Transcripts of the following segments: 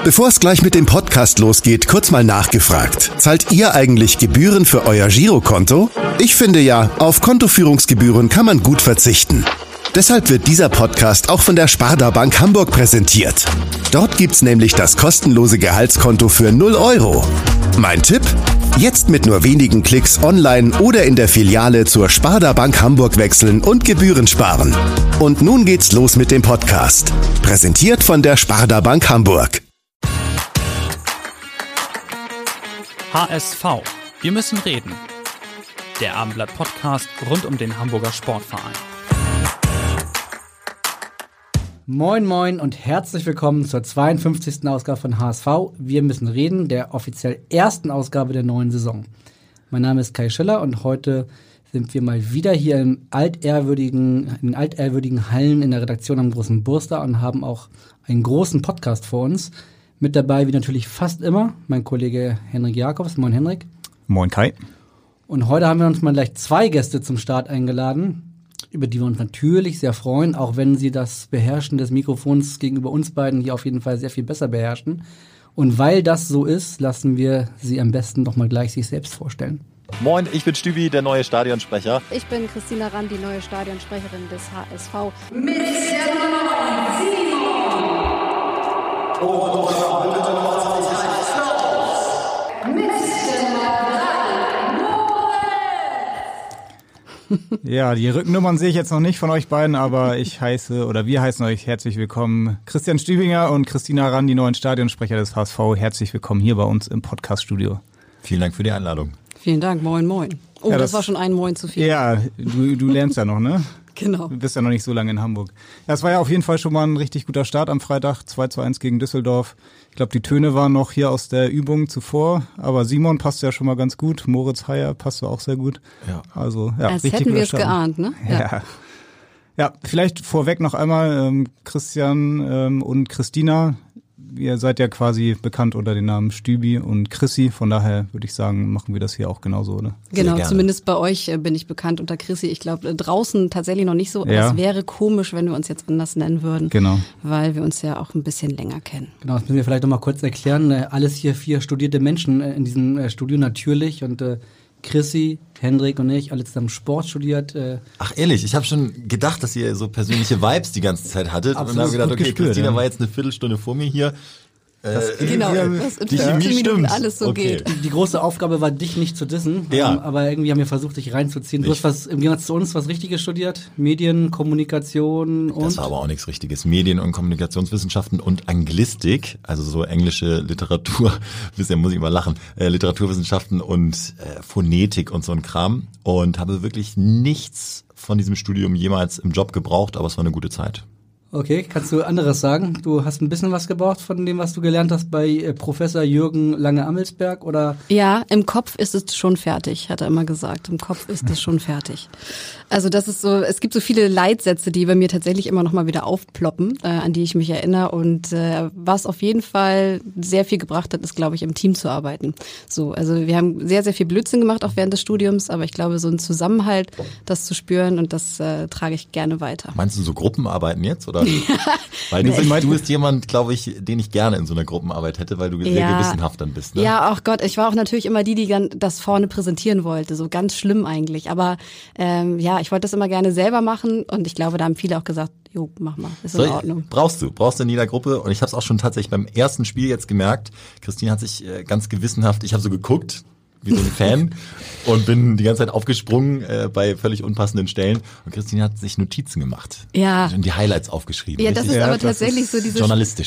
Bevor es gleich mit dem Podcast losgeht, kurz mal nachgefragt. Zahlt ihr eigentlich Gebühren für euer Girokonto? Ich finde ja, auf Kontoführungsgebühren kann man gut verzichten. Deshalb wird dieser Podcast auch von der Sparda Bank Hamburg präsentiert. Dort gibt's nämlich das kostenlose Gehaltskonto für 0 Euro. Mein Tipp? Jetzt mit nur wenigen Klicks online oder in der Filiale zur Sparda Bank Hamburg wechseln und Gebühren sparen. Und nun geht's los mit dem Podcast. Präsentiert von der Sparda Bank Hamburg. HSV. Wir müssen reden. Der Abendblatt-Podcast rund um den Hamburger Sportverein. Moin moin und herzlich willkommen zur 52. Ausgabe von HSV. Wir müssen reden, der offiziell ersten Ausgabe der neuen Saison. Mein Name ist Kai Schiller und heute sind wir mal wieder hier in altehrwürdigen Hallen in der Redaktion am Großen Burster und haben auch einen großen Podcast vor uns. Mit dabei, wie natürlich fast immer, mein Kollege Henrik Jakobs. Moin Henrik. Moin Kai. Und heute haben wir uns mal gleich 2 Gäste zum Start eingeladen, über die wir uns natürlich sehr freuen, auch wenn sie das Beherrschen des Mikrofons gegenüber uns beiden hier auf jeden Fall sehr viel besser beherrschen. Und weil das so ist, lassen wir sie am besten doch mal gleich sich selbst vorstellen. Moin, ich bin Stübi, der neue Stadionsprecher. Ich bin Christina Rand, die neue Stadionsprecherin des HSV. Mit der Nummer 7. Und bitte Nummer 20 heißt mit der Nummer 3, Ja, die Rückennummern sehe ich jetzt noch nicht von euch beiden, aber wir heißen euch herzlich willkommen. Christian Stübinger und Christina Rann, die neuen Stadionsprecher des HSV. Herzlich willkommen hier bei uns im Podcaststudio. Vielen Dank für die Einladung. Vielen Dank, moin moin. Oh, ja, das war schon ein Moin zu viel. Ja, du lernst ja noch, ne? Genau. Du bist ja noch nicht so lange in Hamburg. Ja, es war ja auf jeden Fall schon mal ein richtig guter Start am Freitag, 2:1 gegen Düsseldorf. Ich glaube, die Töne waren noch hier aus der Übung zuvor, aber Simon passte ja schon mal ganz gut, Moritz Heyer passte auch sehr gut. Ja. Also, ja, als richtig hätten wir es Start. geahnt, ne? Ja, vielleicht vorweg noch einmal, Christian und Christina, ihr seid ja quasi bekannt unter den Namen Stübi und Chrissy, von daher würde ich sagen, machen wir das hier auch genauso, oder? Genau, zumindest bei euch bin ich bekannt unter Chrissy. Ich glaube, draußen tatsächlich noch nicht so, aber es wäre komisch, wenn wir uns jetzt anders nennen würden, weil wir uns ja auch ein bisschen länger kennen. Genau, das müssen wir vielleicht noch mal kurz erklären. Alles hier 4 studierte Menschen in diesem Studio natürlich und Chrissy, Hendrik und ich, alle zusammen Sport studiert. Ach ehrlich, ich habe schon gedacht, dass ihr so persönliche Vibes die ganze Zeit hattet. Absolut, und dann habe ich gedacht, okay, gespürt, Christina war jetzt eine Viertelstunde vor mir hier. Genau, was in 15 Minuten alles so geht. Die große Aufgabe war, dich nicht zu dissen, aber irgendwie haben wir versucht, dich reinzuziehen. Du hast im Gegensatz zu uns was Richtiges studiert, Medien, Kommunikation und... Das war aber auch nichts Richtiges. Medien- und Kommunikationswissenschaften und Anglistik, also so englische Literatur, bisher muss ich immer lachen, Literaturwissenschaften und Phonetik und so ein Kram und habe wirklich nichts von diesem Studium jemals im Job gebraucht, aber es war eine gute Zeit. Okay, kannst du anderes sagen? Du hast ein bisschen was gebraucht von dem, was du gelernt hast bei Professor Jürgen Lange-Amelsberg, oder? Ja, im Kopf ist es schon fertig, hat er immer gesagt. Im Kopf ist es schon fertig. Also das ist so, es gibt so viele Leitsätze, die bei mir tatsächlich immer noch mal wieder aufploppen, an die ich mich erinnere. Und was auf jeden Fall sehr viel gebracht hat, ist, glaube ich, im Team zu arbeiten. So, also wir haben sehr, sehr viel Blödsinn gemacht, auch während des Studiums, aber ich glaube, so ein Zusammenhalt, das zu spüren, und das trage ich gerne weiter. Meinst du so Gruppenarbeiten jetzt, oder? Weil du bist jemand, glaube ich, den ich gerne in so einer Gruppenarbeit hätte, weil du sehr gewissenhaft dann bist. Ne? Ja, ach Gott, ich war auch natürlich immer die das vorne präsentieren wollte, so ganz schlimm eigentlich. Aber ich wollte das immer gerne selber machen und ich glaube, da haben viele auch gesagt, jo, mach mal, ist in Ordnung. Brauchst du in jeder Gruppe, und ich habe es auch schon tatsächlich beim ersten Spiel jetzt gemerkt. Christine hat sich ganz gewissenhaft, ich habe so geguckt, wie so ein Fan und bin die ganze Zeit aufgesprungen bei völlig unpassenden Stellen, und Christine hat sich Notizen gemacht. Ja. Und die Highlights aufgeschrieben. Ja, das ist aber tatsächlich so diese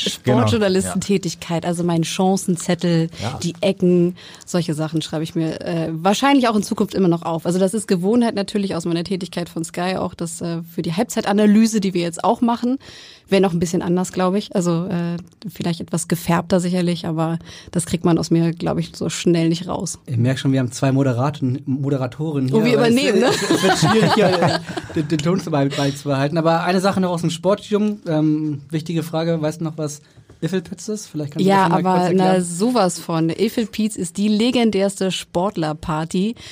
Sportjournalistentätigkeit, also meinen Chancenzettel, die Ecken, solche Sachen schreibe ich mir wahrscheinlich auch in Zukunft immer noch auf. Also das ist Gewohnheit natürlich aus meiner Tätigkeit von Sky auch, das für die Halbzeitanalyse, die wir jetzt auch machen, wäre noch ein bisschen anders, glaube ich. Also vielleicht etwas gefärbter sicherlich, aber das kriegt man aus mir, glaube ich, so schnell nicht raus. Ich merke schon, wir haben 2 Moderatorinnen hier. Oh, wir übernehmen, ne? Es wird schwierig, hier den Ton beizubehalten. Aber eine Sache noch aus dem Sportstudium. Wichtige Frage, weißt du noch, was Iffelpitz ist? Vielleicht kannst du das mal kurz erklären. Sowas von. Iffelpitz ist die legendärste Sportlerparty.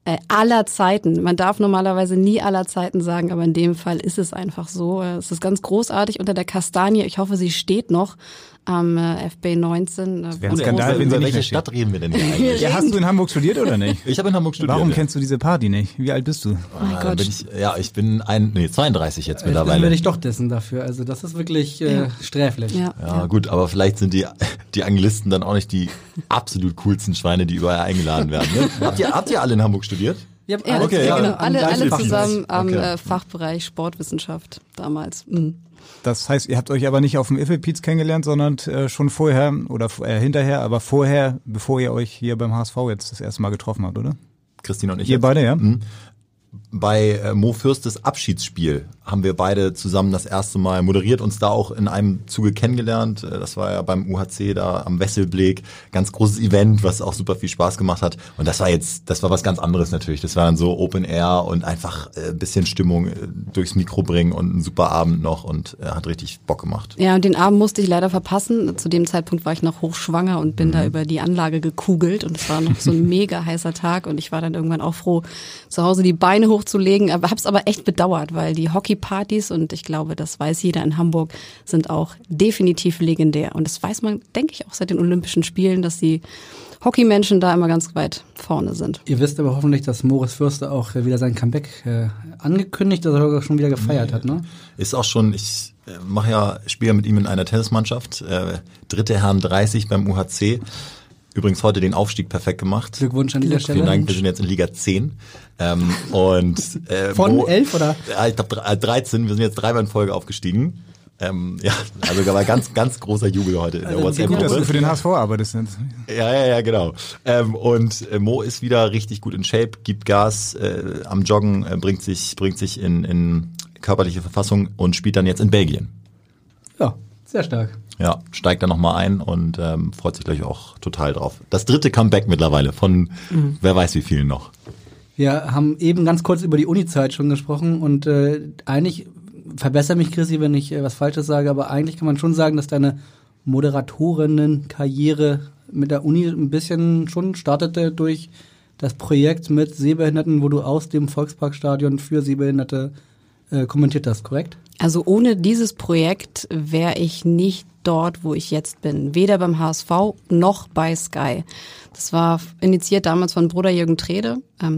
aller Zeiten. Man darf normalerweise nie aller Zeiten sagen, aber in dem Fall ist es einfach so. Es ist ganz großartig unter der Kastanie. Ich hoffe, sie steht noch am FB 19. Wäre ein Skandal, wenn sie über nicht welche mehr Stadt steht. reden wir denn hier eigentlich? Ja, hast du in Hamburg studiert oder nicht? Ich habe in Hamburg studiert. Warum kennst du diese Party nicht? Wie alt bist du? mein Gott. Ich bin 32 jetzt Dann mittlerweile. werde ich doch dessen dafür. Also das ist wirklich sträflich. Ja, gut, aber vielleicht sind die Anglisten dann auch nicht die absolut coolsten Schweine, die überall eingeladen werden. Ne? Habt ihr alle in Hamburg studiert? Ja, Okay, ja. genau. Alle gleichen zusammen am Okay. Fachbereich Sportwissenschaft damals. Mhm. Das heißt, ihr habt euch aber nicht auf dem Iffelpiez kennengelernt, sondern schon vorher oder hinterher, aber vorher, bevor ihr euch hier beim HSV jetzt das erste Mal getroffen habt, oder? Christine und ich. Ihr jetzt. beide, ja? Bei Mo Fürstes Abschiedsspiel haben wir beide zusammen das erste Mal moderiert, uns da auch in einem Zuge kennengelernt. Das war ja beim UHC da am Wesselblick. Ganz großes Event, was auch super viel Spaß gemacht hat. Und das war was ganz anderes natürlich. Das war dann so Open Air und einfach ein bisschen Stimmung durchs Mikro bringen und ein super Abend noch und hat richtig Bock gemacht. Ja, und den Abend musste ich leider verpassen. Zu dem Zeitpunkt war ich noch hochschwanger und bin da über die Anlage gekugelt und es war noch so ein mega heißer Tag und ich war dann irgendwann auch froh, zu Hause die Beine hochzulegen, aber hab's aber echt bedauert, weil die Hockeypartys, und ich glaube, das weiß jeder in Hamburg, sind auch definitiv legendär. Und das weiß man, denke ich, auch seit den Olympischen Spielen, dass die Hockeymenschen da immer ganz weit vorne sind. Ihr wisst aber hoffentlich, dass Moritz Fürste auch wieder sein Comeback angekündigt, dass er schon wieder gefeiert hat, ne? Ist auch schon, ich spiele ja mit ihm in einer Tennismannschaft, dritte Herren 30 beim UHC. Übrigens heute den Aufstieg perfekt gemacht. Glückwunsch an dieser Stelle. Vielen Dank, wir sind jetzt in Liga 10. Von 11 oder? Ja, ich glaube 13, wir sind jetzt 3-mal in Folge aufgestiegen. Also war ganz, ganz großer Jubel heute in der Also Gut, dass du WhatsApp-Gruppe. für den HSV arbeitest. Ja, genau. Und Mo ist wieder richtig gut in Shape, gibt Gas am Joggen, bringt sich in körperliche Verfassung und spielt dann jetzt in Belgien. Ja, sehr stark. Ja, steigt da nochmal ein und freut sich gleich auch total drauf. Das dritte Comeback mittlerweile von wer weiß wie vielen noch. Wir haben eben ganz kurz über die Uni-Zeit schon gesprochen und eigentlich, verbessere mich Chrissy, wenn ich was Falsches sage, aber eigentlich kann man schon sagen, dass deine Moderatorinnen-Karriere mit der Uni ein bisschen schon startete durch das Projekt mit Sehbehinderten, wo du aus dem Volksparkstadion für Sehbehinderte kommentiert hast, korrekt? Also ohne dieses Projekt wäre ich nicht dort, wo ich jetzt bin. Weder beim HSV noch bei Sky. Das war initiiert damals von Bruder Jürgen Trede.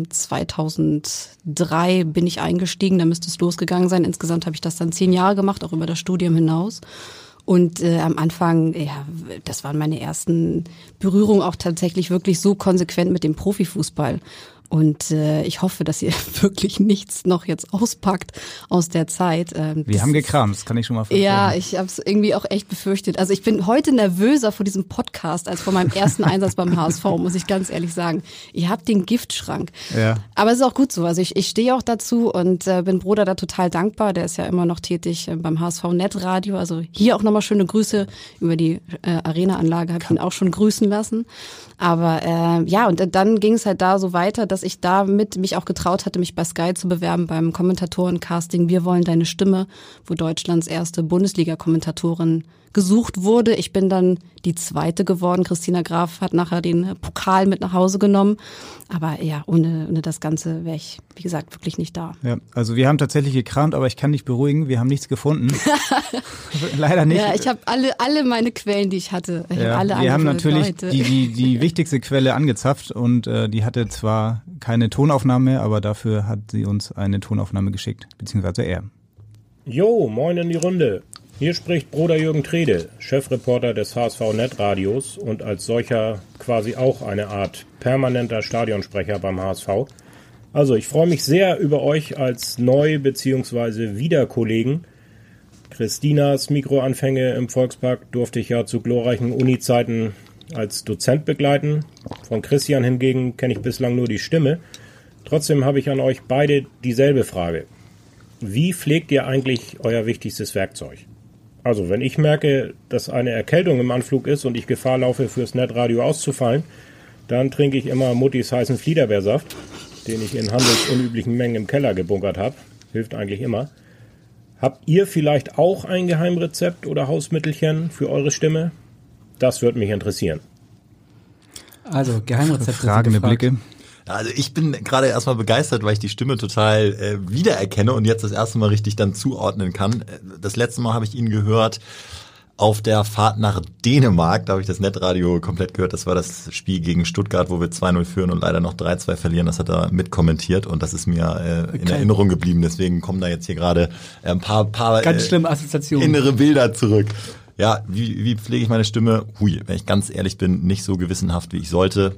2003 bin ich eingestiegen, da müsste es losgegangen sein. Insgesamt habe ich das dann 10 Jahre gemacht, auch über das Studium hinaus. Und am Anfang, ja, das waren meine ersten Berührungen auch tatsächlich wirklich so konsequent mit dem Profifußball. Und ich hoffe, dass ihr wirklich nichts noch jetzt auspackt aus der Zeit. Wir haben gekramt, das kann ich schon mal verstehen. Ja, ich habe es irgendwie auch echt befürchtet. Also ich bin heute nervöser vor diesem Podcast als vor meinem ersten Einsatz beim HSV, muss ich ganz ehrlich sagen. Ihr habt den Giftschrank. Ja. Aber es ist auch gut so. Also ich stehe auch dazu und bin Bruder da total dankbar. Der ist ja immer noch tätig beim HSV Netradio. Also hier auch nochmal schöne Grüße über die Arena-Anlage. Habe ich ihn auch schon grüßen lassen. Aber ja, und dann ging es halt da so weiter, dass ich damit mich auch getraut hatte, mich bei Sky zu bewerben beim Kommentatoren-Casting Wir wollen deine Stimme, wo Deutschlands erste Bundesliga-Kommentatorin gesucht wurde. Ich bin dann die zweite geworden. Christina Graf hat nachher den Pokal mit nach Hause genommen. Aber ja, ohne das Ganze wäre ich, wie gesagt, wirklich nicht da. Ja, also wir haben tatsächlich gekramt, aber ich kann dich beruhigen, wir haben nichts gefunden. Leider nicht. Ja, ich habe alle meine Quellen, die ich hatte. Ich Ja, hab alle wir haben natürlich Leute. die wichtigste Quelle angezapft und die hatte zwar keine Tonaufnahme, aber dafür hat sie uns eine Tonaufnahme geschickt, beziehungsweise er. Jo, moin in die Runde. Hier spricht Bruder Jürgen Trede, Chefreporter des HSV Netradios und als solcher quasi auch eine Art permanenter Stadionsprecher beim HSV. Also ich freue mich sehr über euch als Neu- bzw. Wiederkollegen. Christinas Mikroanfänge im Volkspark durfte ich ja zu glorreichen Uni-Zeiten als Dozent begleiten. Von Christian hingegen kenne ich bislang nur die Stimme. Trotzdem habe ich an euch beide dieselbe Frage. Wie pflegt ihr eigentlich euer wichtigstes Werkzeug? Also wenn ich merke, dass eine Erkältung im Anflug ist und ich Gefahr laufe, fürs Netradio auszufallen, dann trinke ich immer Muttis heißen Fliederbeersaft, den ich in handelsunüblichen Mengen im Keller gebunkert habe. Hilft eigentlich immer. Habt ihr vielleicht auch ein Geheimrezept oder Hausmittelchen für eure Stimme? Das würde mich interessieren. Also Geheimrezepte. Fragende Blicke. Also ich bin gerade erstmal begeistert, weil ich die Stimme total wiedererkenne und jetzt das erste Mal richtig dann zuordnen kann. Das letzte Mal habe ich ihn gehört auf der Fahrt nach Dänemark. Da habe ich das Netradio komplett gehört. Das war das Spiel gegen Stuttgart, wo wir 2-0 führen und leider noch 3-2 verlieren. Das hat er mitkommentiert und das ist mir in Erinnerung geblieben. Deswegen kommen da jetzt hier gerade ein paar ganz schlimme Assoziationen, innere Bilder zurück. Ja, wie pflege ich meine Stimme? Wenn ich ganz ehrlich bin, nicht so gewissenhaft, wie ich sollte.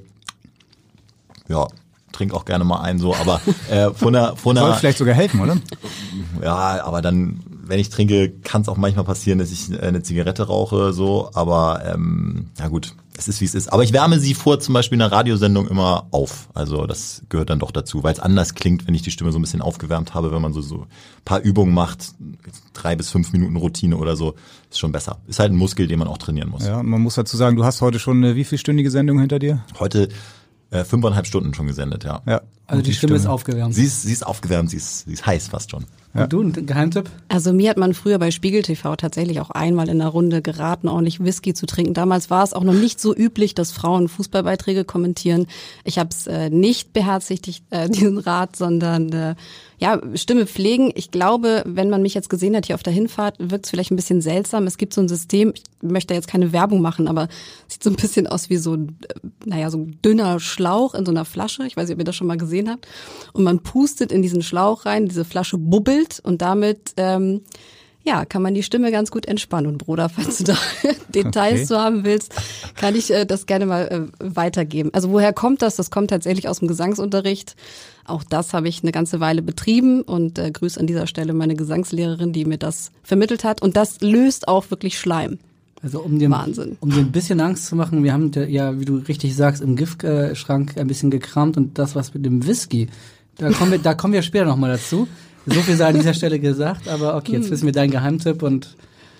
Ja, trink auch gerne mal ein so, aber von einer soll vielleicht sogar helfen, oder? Ja, aber dann, wenn ich trinke, kann es auch manchmal passieren, dass ich eine Zigarette rauche, so, aber ja gut, es ist wie es ist. Aber ich wärme sie vor zum Beispiel in einer Radiosendung immer auf. Also das gehört dann doch dazu, weil es anders klingt, wenn ich die Stimme so ein bisschen aufgewärmt habe, wenn man so ein paar Übungen macht, 3 bis 5 Minuten Routine oder so, ist schon besser. Ist halt ein Muskel, den man auch trainieren muss. Ja, und man muss dazu sagen, du hast heute schon eine wie vielstündige Sendung hinter dir? Heute 5,5 Stunden schon gesendet, ja. Also die Stimme ist aufgewärmt. Sie ist aufgewärmt, sie ist heiß fast schon. Ja. Und du, ein Geheimtipp? Also mir hat man früher bei Spiegel TV tatsächlich auch einmal in der Runde geraten, ordentlich Whisky zu trinken. Damals war es auch noch nicht so üblich, dass Frauen Fußballbeiträge kommentieren. Ich habe es nicht beherzigt, diesen Rat, sondern Stimme pflegen. Ich glaube, wenn man mich jetzt gesehen hat hier auf der Hinfahrt, wirkt es vielleicht ein bisschen seltsam. Es gibt so ein System, ich möchte jetzt keine Werbung machen, aber es sieht so ein bisschen aus wie so ein dünner Schlauch in so einer Flasche. Ich weiß nicht, ob ihr das schon mal gesehen habt. Und man pustet in diesen Schlauch rein, diese Flasche bubbelt und damit kann man die Stimme ganz gut entspannen. Und Bruder, falls du da Details zu haben willst, kann ich das gerne mal weitergeben. Also woher kommt das? Das kommt tatsächlich aus dem Gesangsunterricht. Auch das habe ich eine ganze Weile betrieben und Grüße an dieser Stelle meine Gesangslehrerin, die mir das vermittelt hat. Und das löst auch wirklich Schleim. Also um dir Wahnsinn. Um dir ein bisschen Angst zu machen, wir haben ja, wie du richtig sagst, im Giftschrank ein bisschen gekramt und das, was mit dem Whisky, da kommen wir später nochmal dazu. So viel sei an dieser Stelle gesagt, aber okay, jetzt wissen wir deinen Geheimtipp und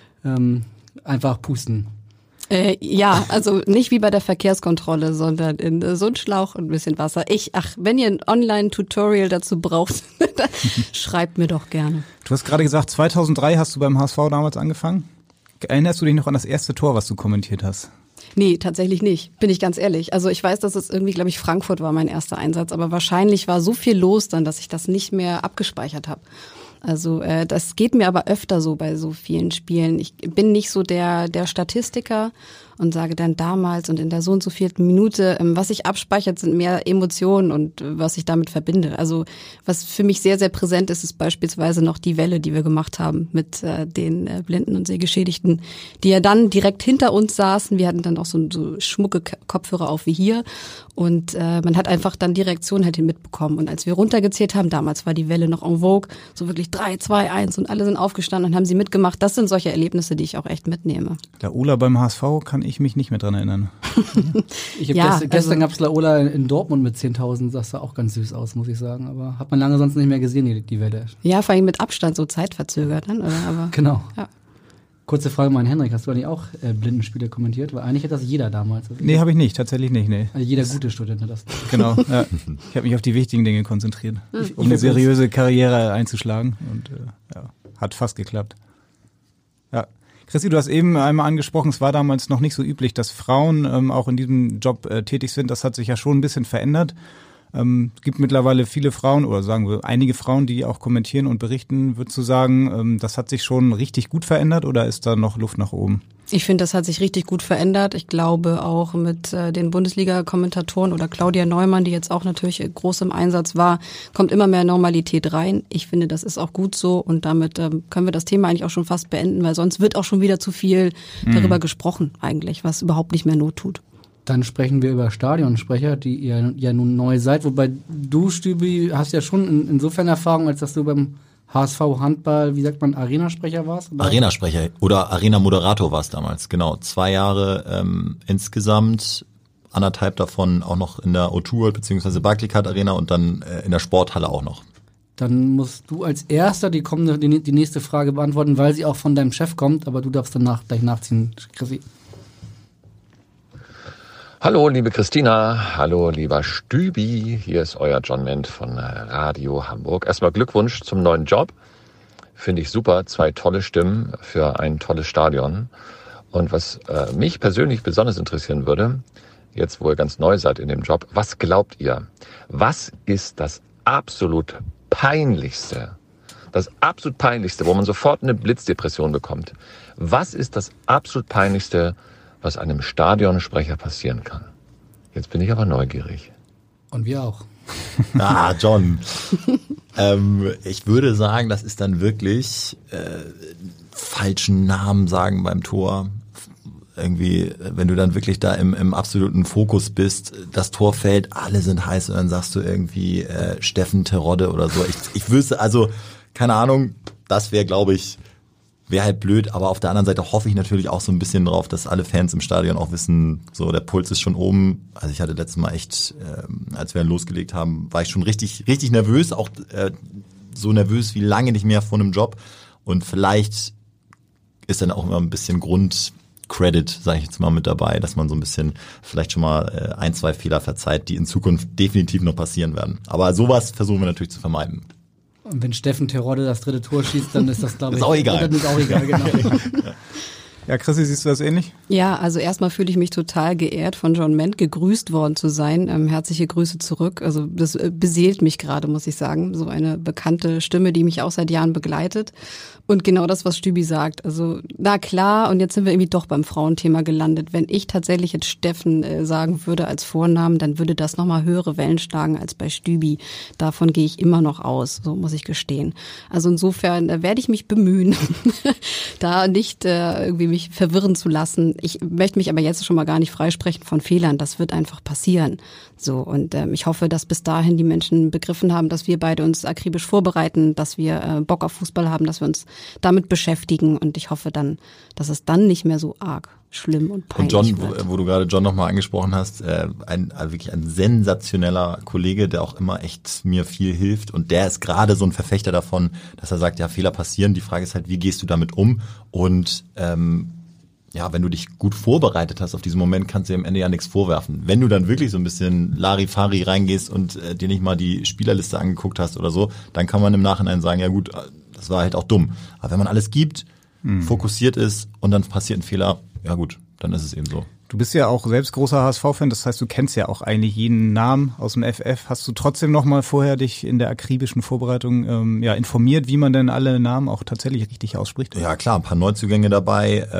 einfach pusten. Also nicht wie bei der Verkehrskontrolle, sondern in so einen Schlauch und ein bisschen Wasser. Wenn ihr ein Online-Tutorial dazu braucht, dann schreibt mir doch gerne. Du hast gerade gesagt, 2003 hast du beim HSV damals angefangen. Erinnerst du dich noch an das erste Tor, was du kommentiert hast? Nee, tatsächlich nicht, bin ich ganz ehrlich. Also ich weiß, dass es irgendwie, glaube ich, Frankfurt war mein erster Einsatz, aber wahrscheinlich war so viel los dann, dass ich das nicht mehr abgespeichert habe. Also das geht mir aber öfter so bei so vielen Spielen. Ich bin nicht so der Statistiker und sage dann damals und in der so und so vierten Minute, was sich abspeichert, sind mehr Emotionen und was ich damit verbinde. Also was für mich sehr, sehr präsent ist, ist beispielsweise noch die Welle, die wir gemacht haben mit den Blinden und Sehgeschädigten, die ja dann direkt hinter uns saßen. Wir hatten dann auch so schmucke Kopfhörer auf wie hier und man hat einfach dann die Reaktion halt mitbekommen. Und als wir runtergezählt haben, damals war die Welle noch en vogue, so wirklich 3, 2, 1 und alle sind aufgestanden und haben sie mitgemacht. Das sind solche Erlebnisse, die ich auch echt mitnehme. Laola beim HSV kann ich mich nicht mehr dran erinnern. Gestern gab es Laola in Dortmund mit 10.000, das sah auch ganz süß aus, muss ich sagen. Aber hat man lange sonst nicht mehr gesehen, die Welle. Ja, vor allem mit Abstand, so zeitverzögert dann, oder? Aber, genau. Ja. Kurze Frage mal an Henrik, hast du eigentlich auch Blindenspiele kommentiert? Weil eigentlich hat das jeder damals. Nee, habe ich nicht, tatsächlich nicht, nee. Also jeder gute Student hat das. Genau, ja. Ich habe mich auf die wichtigen Dinge konzentriert, um eine seriöse Karriere einzuschlagen und hat fast geklappt. Ja. Christi, du hast eben einmal angesprochen, es war damals noch nicht so üblich, dass Frauen auch in diesem Job tätig sind. Das hat sich ja schon ein bisschen verändert. Es gibt mittlerweile viele Frauen oder sagen wir einige Frauen, die auch kommentieren und berichten. Würdest du sagen, das hat sich schon richtig gut verändert oder ist da noch Luft nach oben? Ich finde, das hat sich richtig gut verändert. Ich glaube auch mit den Bundesliga-Kommentatoren oder Claudia Neumann, die jetzt auch natürlich groß im Einsatz war, kommt immer mehr Normalität rein. Ich finde, das ist auch gut so und damit können wir das Thema eigentlich auch schon fast beenden, weil sonst wird auch schon wieder zu viel darüber gesprochen eigentlich, was überhaupt nicht mehr Not tut. Dann sprechen wir über Stadionsprecher, die ihr ja nun neu seid. Wobei du, Stübi, hast ja schon insofern Erfahrung, als dass du beim HSV Handball, wie sagt man, Arenasprecher warst? Oder? Arenasprecher oder Arena-Moderator war es damals, genau. 2 Jahre insgesamt, 1,5 davon auch noch in der O2 World bzw. Barclaycard Arena und dann in der Sporthalle auch noch. Dann musst du als Erster die nächste Frage beantworten, weil sie auch von deinem Chef kommt, aber du darfst danach gleich nachziehen, Chrissy. Hallo, liebe Christina. Hallo, lieber Stübi. Hier ist euer John Ment von Radio Hamburg. Erstmal Glückwunsch zum neuen Job. Finde ich super. 2 tolle Stimmen für ein tolles Stadion. Und was mich persönlich besonders interessieren würde, jetzt wo ihr ganz neu seid in dem Job, was glaubt ihr? Was ist das absolut Peinlichste, wo man sofort eine Blitzdepression bekommt? Was ist das absolut Peinlichste, was einem Stadionsprecher passieren kann? Jetzt bin ich aber neugierig. Und wir auch. John. Ich würde sagen, das ist dann wirklich falschen Namen sagen beim Tor. Irgendwie, wenn du dann wirklich da im absoluten Fokus bist, das Tor fällt, alle sind heiß und dann sagst du irgendwie Steffen Terodde oder so. Ich wüsste, also, keine Ahnung, das wäre, glaube ich, wäre halt blöd, aber auf der anderen Seite hoffe ich natürlich auch so ein bisschen drauf, dass alle Fans im Stadion auch wissen, so der Puls ist schon oben. Also ich hatte letztes Mal echt, als wir dann losgelegt haben, war ich schon richtig nervös, auch so nervös wie lange nicht mehr vor einem Job. Und vielleicht ist dann auch immer ein bisschen Grundcredit, sage ich jetzt mal, mit dabei, dass man so ein bisschen vielleicht schon mal 1, 2 Fehler verzeiht, die in Zukunft definitiv noch passieren werden. Aber sowas versuchen wir natürlich zu vermeiden. Und wenn Steffen Terodde das 3. Tor schießt, dann ist das, glaube ich, ist auch egal. Dann ist auch egal, genau. Ja, Chrissy, siehst du das ähnlich? Ja, also erstmal fühle ich mich total geehrt, von John Ment gegrüßt worden zu sein. Herzliche Grüße zurück. Also das beseelt mich gerade, muss ich sagen. So eine bekannte Stimme, die mich auch seit Jahren begleitet. Und genau das, was Stübi sagt. Also na klar, und jetzt sind wir irgendwie doch beim Frauenthema gelandet. Wenn ich tatsächlich jetzt Steffen sagen würde als Vornamen, dann würde das nochmal höhere Wellen schlagen als bei Stübi. Davon gehe ich immer noch aus, so muss ich gestehen. Also insofern werde ich mich bemühen, da nicht irgendwie mich verwirren zu lassen. Ich möchte mich aber jetzt schon mal gar nicht freisprechen von Fehlern. Das wird einfach passieren. So, und ich hoffe, dass bis dahin die Menschen begriffen haben, dass wir beide uns akribisch vorbereiten, dass wir Bock auf Fußball haben, dass wir uns damit beschäftigen. Und ich hoffe dann, dass es dann nicht mehr so arg schlimm und peinlich wird. Und wird. John, wo du gerade John nochmal angesprochen hast, wirklich ein sensationeller Kollege, der auch immer echt mir viel hilft. Und der ist gerade so ein Verfechter davon, dass er sagt, ja, Fehler passieren. Die Frage ist halt, wie gehst du damit um? Und ja, wenn du dich gut vorbereitet hast auf diesen Moment, kannst du dir am Ende ja nichts vorwerfen. Wenn du dann wirklich so ein bisschen Larifari reingehst und dir nicht mal die Spielerliste angeguckt hast oder so, dann kann man im Nachhinein sagen, ja gut, das war halt auch dumm. Aber wenn man alles gibt, fokussiert ist und dann passiert ein Fehler, ja gut, dann ist es eben so. Du bist ja auch selbst großer HSV-Fan, das heißt, du kennst ja auch eigentlich jeden Namen aus dem FF. Hast du trotzdem noch mal vorher dich in der akribischen Vorbereitung informiert, wie man denn alle Namen auch tatsächlich richtig ausspricht? Ja klar, ein paar Neuzugänge dabei,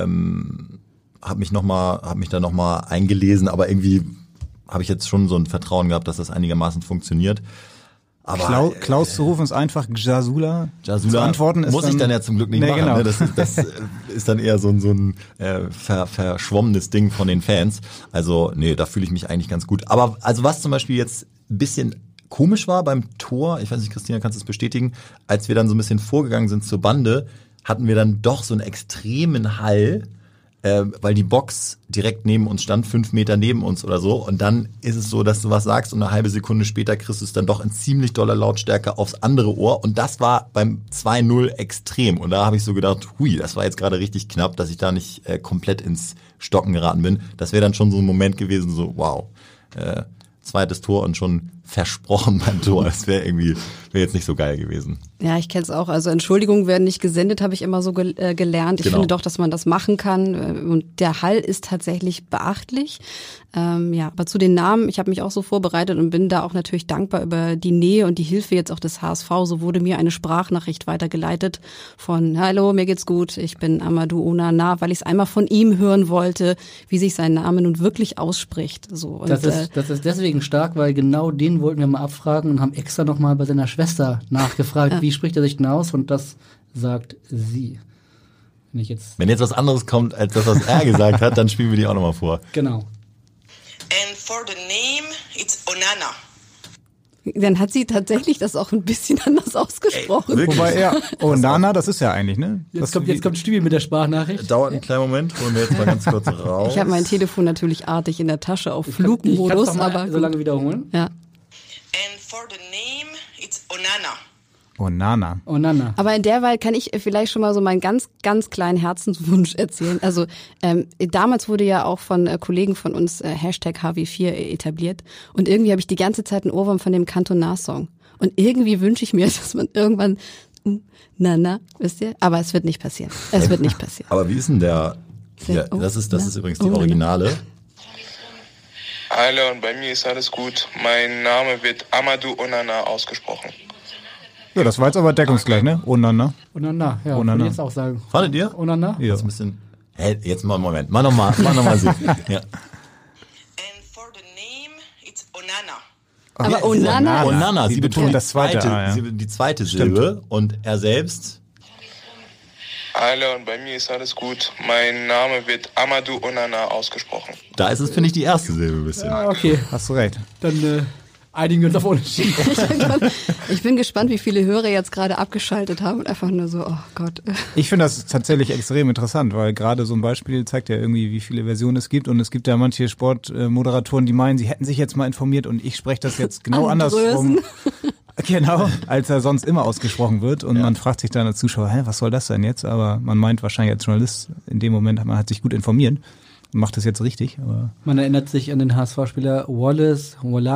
hab mich da noch mal eingelesen, aber irgendwie habe ich jetzt schon so ein Vertrauen gehabt, dass das einigermaßen funktioniert. Aber Klaus zu rufen ist einfach Jasula zu antworten ist muss ich dann ja zum Glück nicht machen. Genau. Ne? Das ist dann eher so ein verschwommenes Ding von den Fans. Also nee, da fühle ich mich eigentlich ganz gut. Aber also was zum Beispiel jetzt ein bisschen komisch war beim Tor, ich weiß nicht, Christina, kannst du es bestätigen, als wir dann so ein bisschen vorgegangen sind zur Bande, hatten wir dann doch so einen extremen Hall, weil die Box direkt neben uns stand, 5 Meter neben uns oder so. Und dann ist es so, dass du was sagst und eine halbe Sekunde später kriegst du es dann doch in ziemlich doller Lautstärke aufs andere Ohr. Und das war beim 2-0 extrem. Und da habe ich so gedacht, hui, das war jetzt gerade richtig knapp, dass ich da nicht komplett ins Stocken geraten bin. Das wäre dann schon so ein Moment gewesen, so wow, zweites Tor und schon versprochen beim Tor. Das wäre jetzt nicht so geil gewesen. Ja, ich kenne es auch. Also Entschuldigungen werden nicht gesendet, habe ich immer so gelernt. Ich Genau. finde doch, dass man das machen kann. Und der Hall ist tatsächlich beachtlich. Aber zu den Namen, ich habe mich auch so vorbereitet und bin da auch natürlich dankbar über die Nähe und die Hilfe jetzt auch des HSV. So wurde mir eine Sprachnachricht weitergeleitet von Hallo, mir geht's gut, ich bin Amadou Onana, weil ich es einmal von ihm hören wollte, wie sich sein Name nun wirklich ausspricht. So, und, Das ist deswegen stark, weil genau den wollten wir mal abfragen und haben extra nochmal bei seiner Schwester nachgefragt, wie spricht er sich denn aus? Und das sagt sie. Wenn jetzt was anderes kommt, als das, was er gesagt hat, dann spielen wir die auch nochmal vor. Genau. And for the name, it's Onana. Dann hat sie tatsächlich das auch ein bisschen anders ausgesprochen. Wobei Onana, das ist ja eigentlich, ne? Jetzt kommt Stübi mit der Sprachnachricht. Dauert einen kleinen Moment, holen wir jetzt mal ganz kurz raus. Ich habe mein Telefon natürlich artig in der Tasche auf Flugmodus, aber so lange wiederholen. Ja. And for the name, it's Onana. Onana. Aber in der Wahl kann ich vielleicht schon mal so meinen ganz, ganz kleinen Herzenswunsch erzählen. Also damals wurde ja auch von Kollegen von uns Hashtag HW4 etabliert. Und irgendwie habe ich die ganze Zeit einen Ohrwurm von dem Cantonar-Song. Und irgendwie wünsche ich mir, dass man irgendwann wisst ihr? Aber es wird nicht passieren. Es wird nicht passieren. Aber wie ist denn der? Ja, das ist übrigens die Originale. Hi Leon, bei mir ist alles gut. Mein Name wird Amadou Onana ausgesprochen. Ja, das war jetzt aber deckungsgleich, ne? Onana. Onana, ja, Onana. würde ich jetzt auch sagen. Fandet ihr? Onana? Ja. Das ist ein bisschen. Hey, jetzt mal einen Moment. Mach nochmal so. Ja. And for the name, it's Onana. Aber Onana? Onana, sie betont das zweite A, ja. die zweite Silbe und er selbst. Hi Leon, bei mir ist alles gut. Mein Name wird Amadou Onana ausgesprochen. Da ist es, finde ich, die erste Silbe ein bisschen. Ja, okay. Hast du recht. Dann einigen wir uns auf Unentschieden. Ich bin gespannt, wie viele Hörer jetzt gerade abgeschaltet haben und einfach nur so, oh Gott. Ich finde das tatsächlich extrem interessant, weil gerade so ein Beispiel zeigt ja irgendwie, wie viele Versionen es gibt. Und es gibt ja manche Sportmoderatoren, die meinen, sie hätten sich jetzt mal informiert und ich spreche das jetzt genau andersrum. Genau, als er sonst immer ausgesprochen wird. Und man fragt sich dann als Zuschauer, was soll das denn jetzt? Aber man meint wahrscheinlich als Journalist, in dem Moment, man hat sich gut informiert und macht das jetzt richtig. Aber Man erinnert sich an den HSV-Spieler Wallace.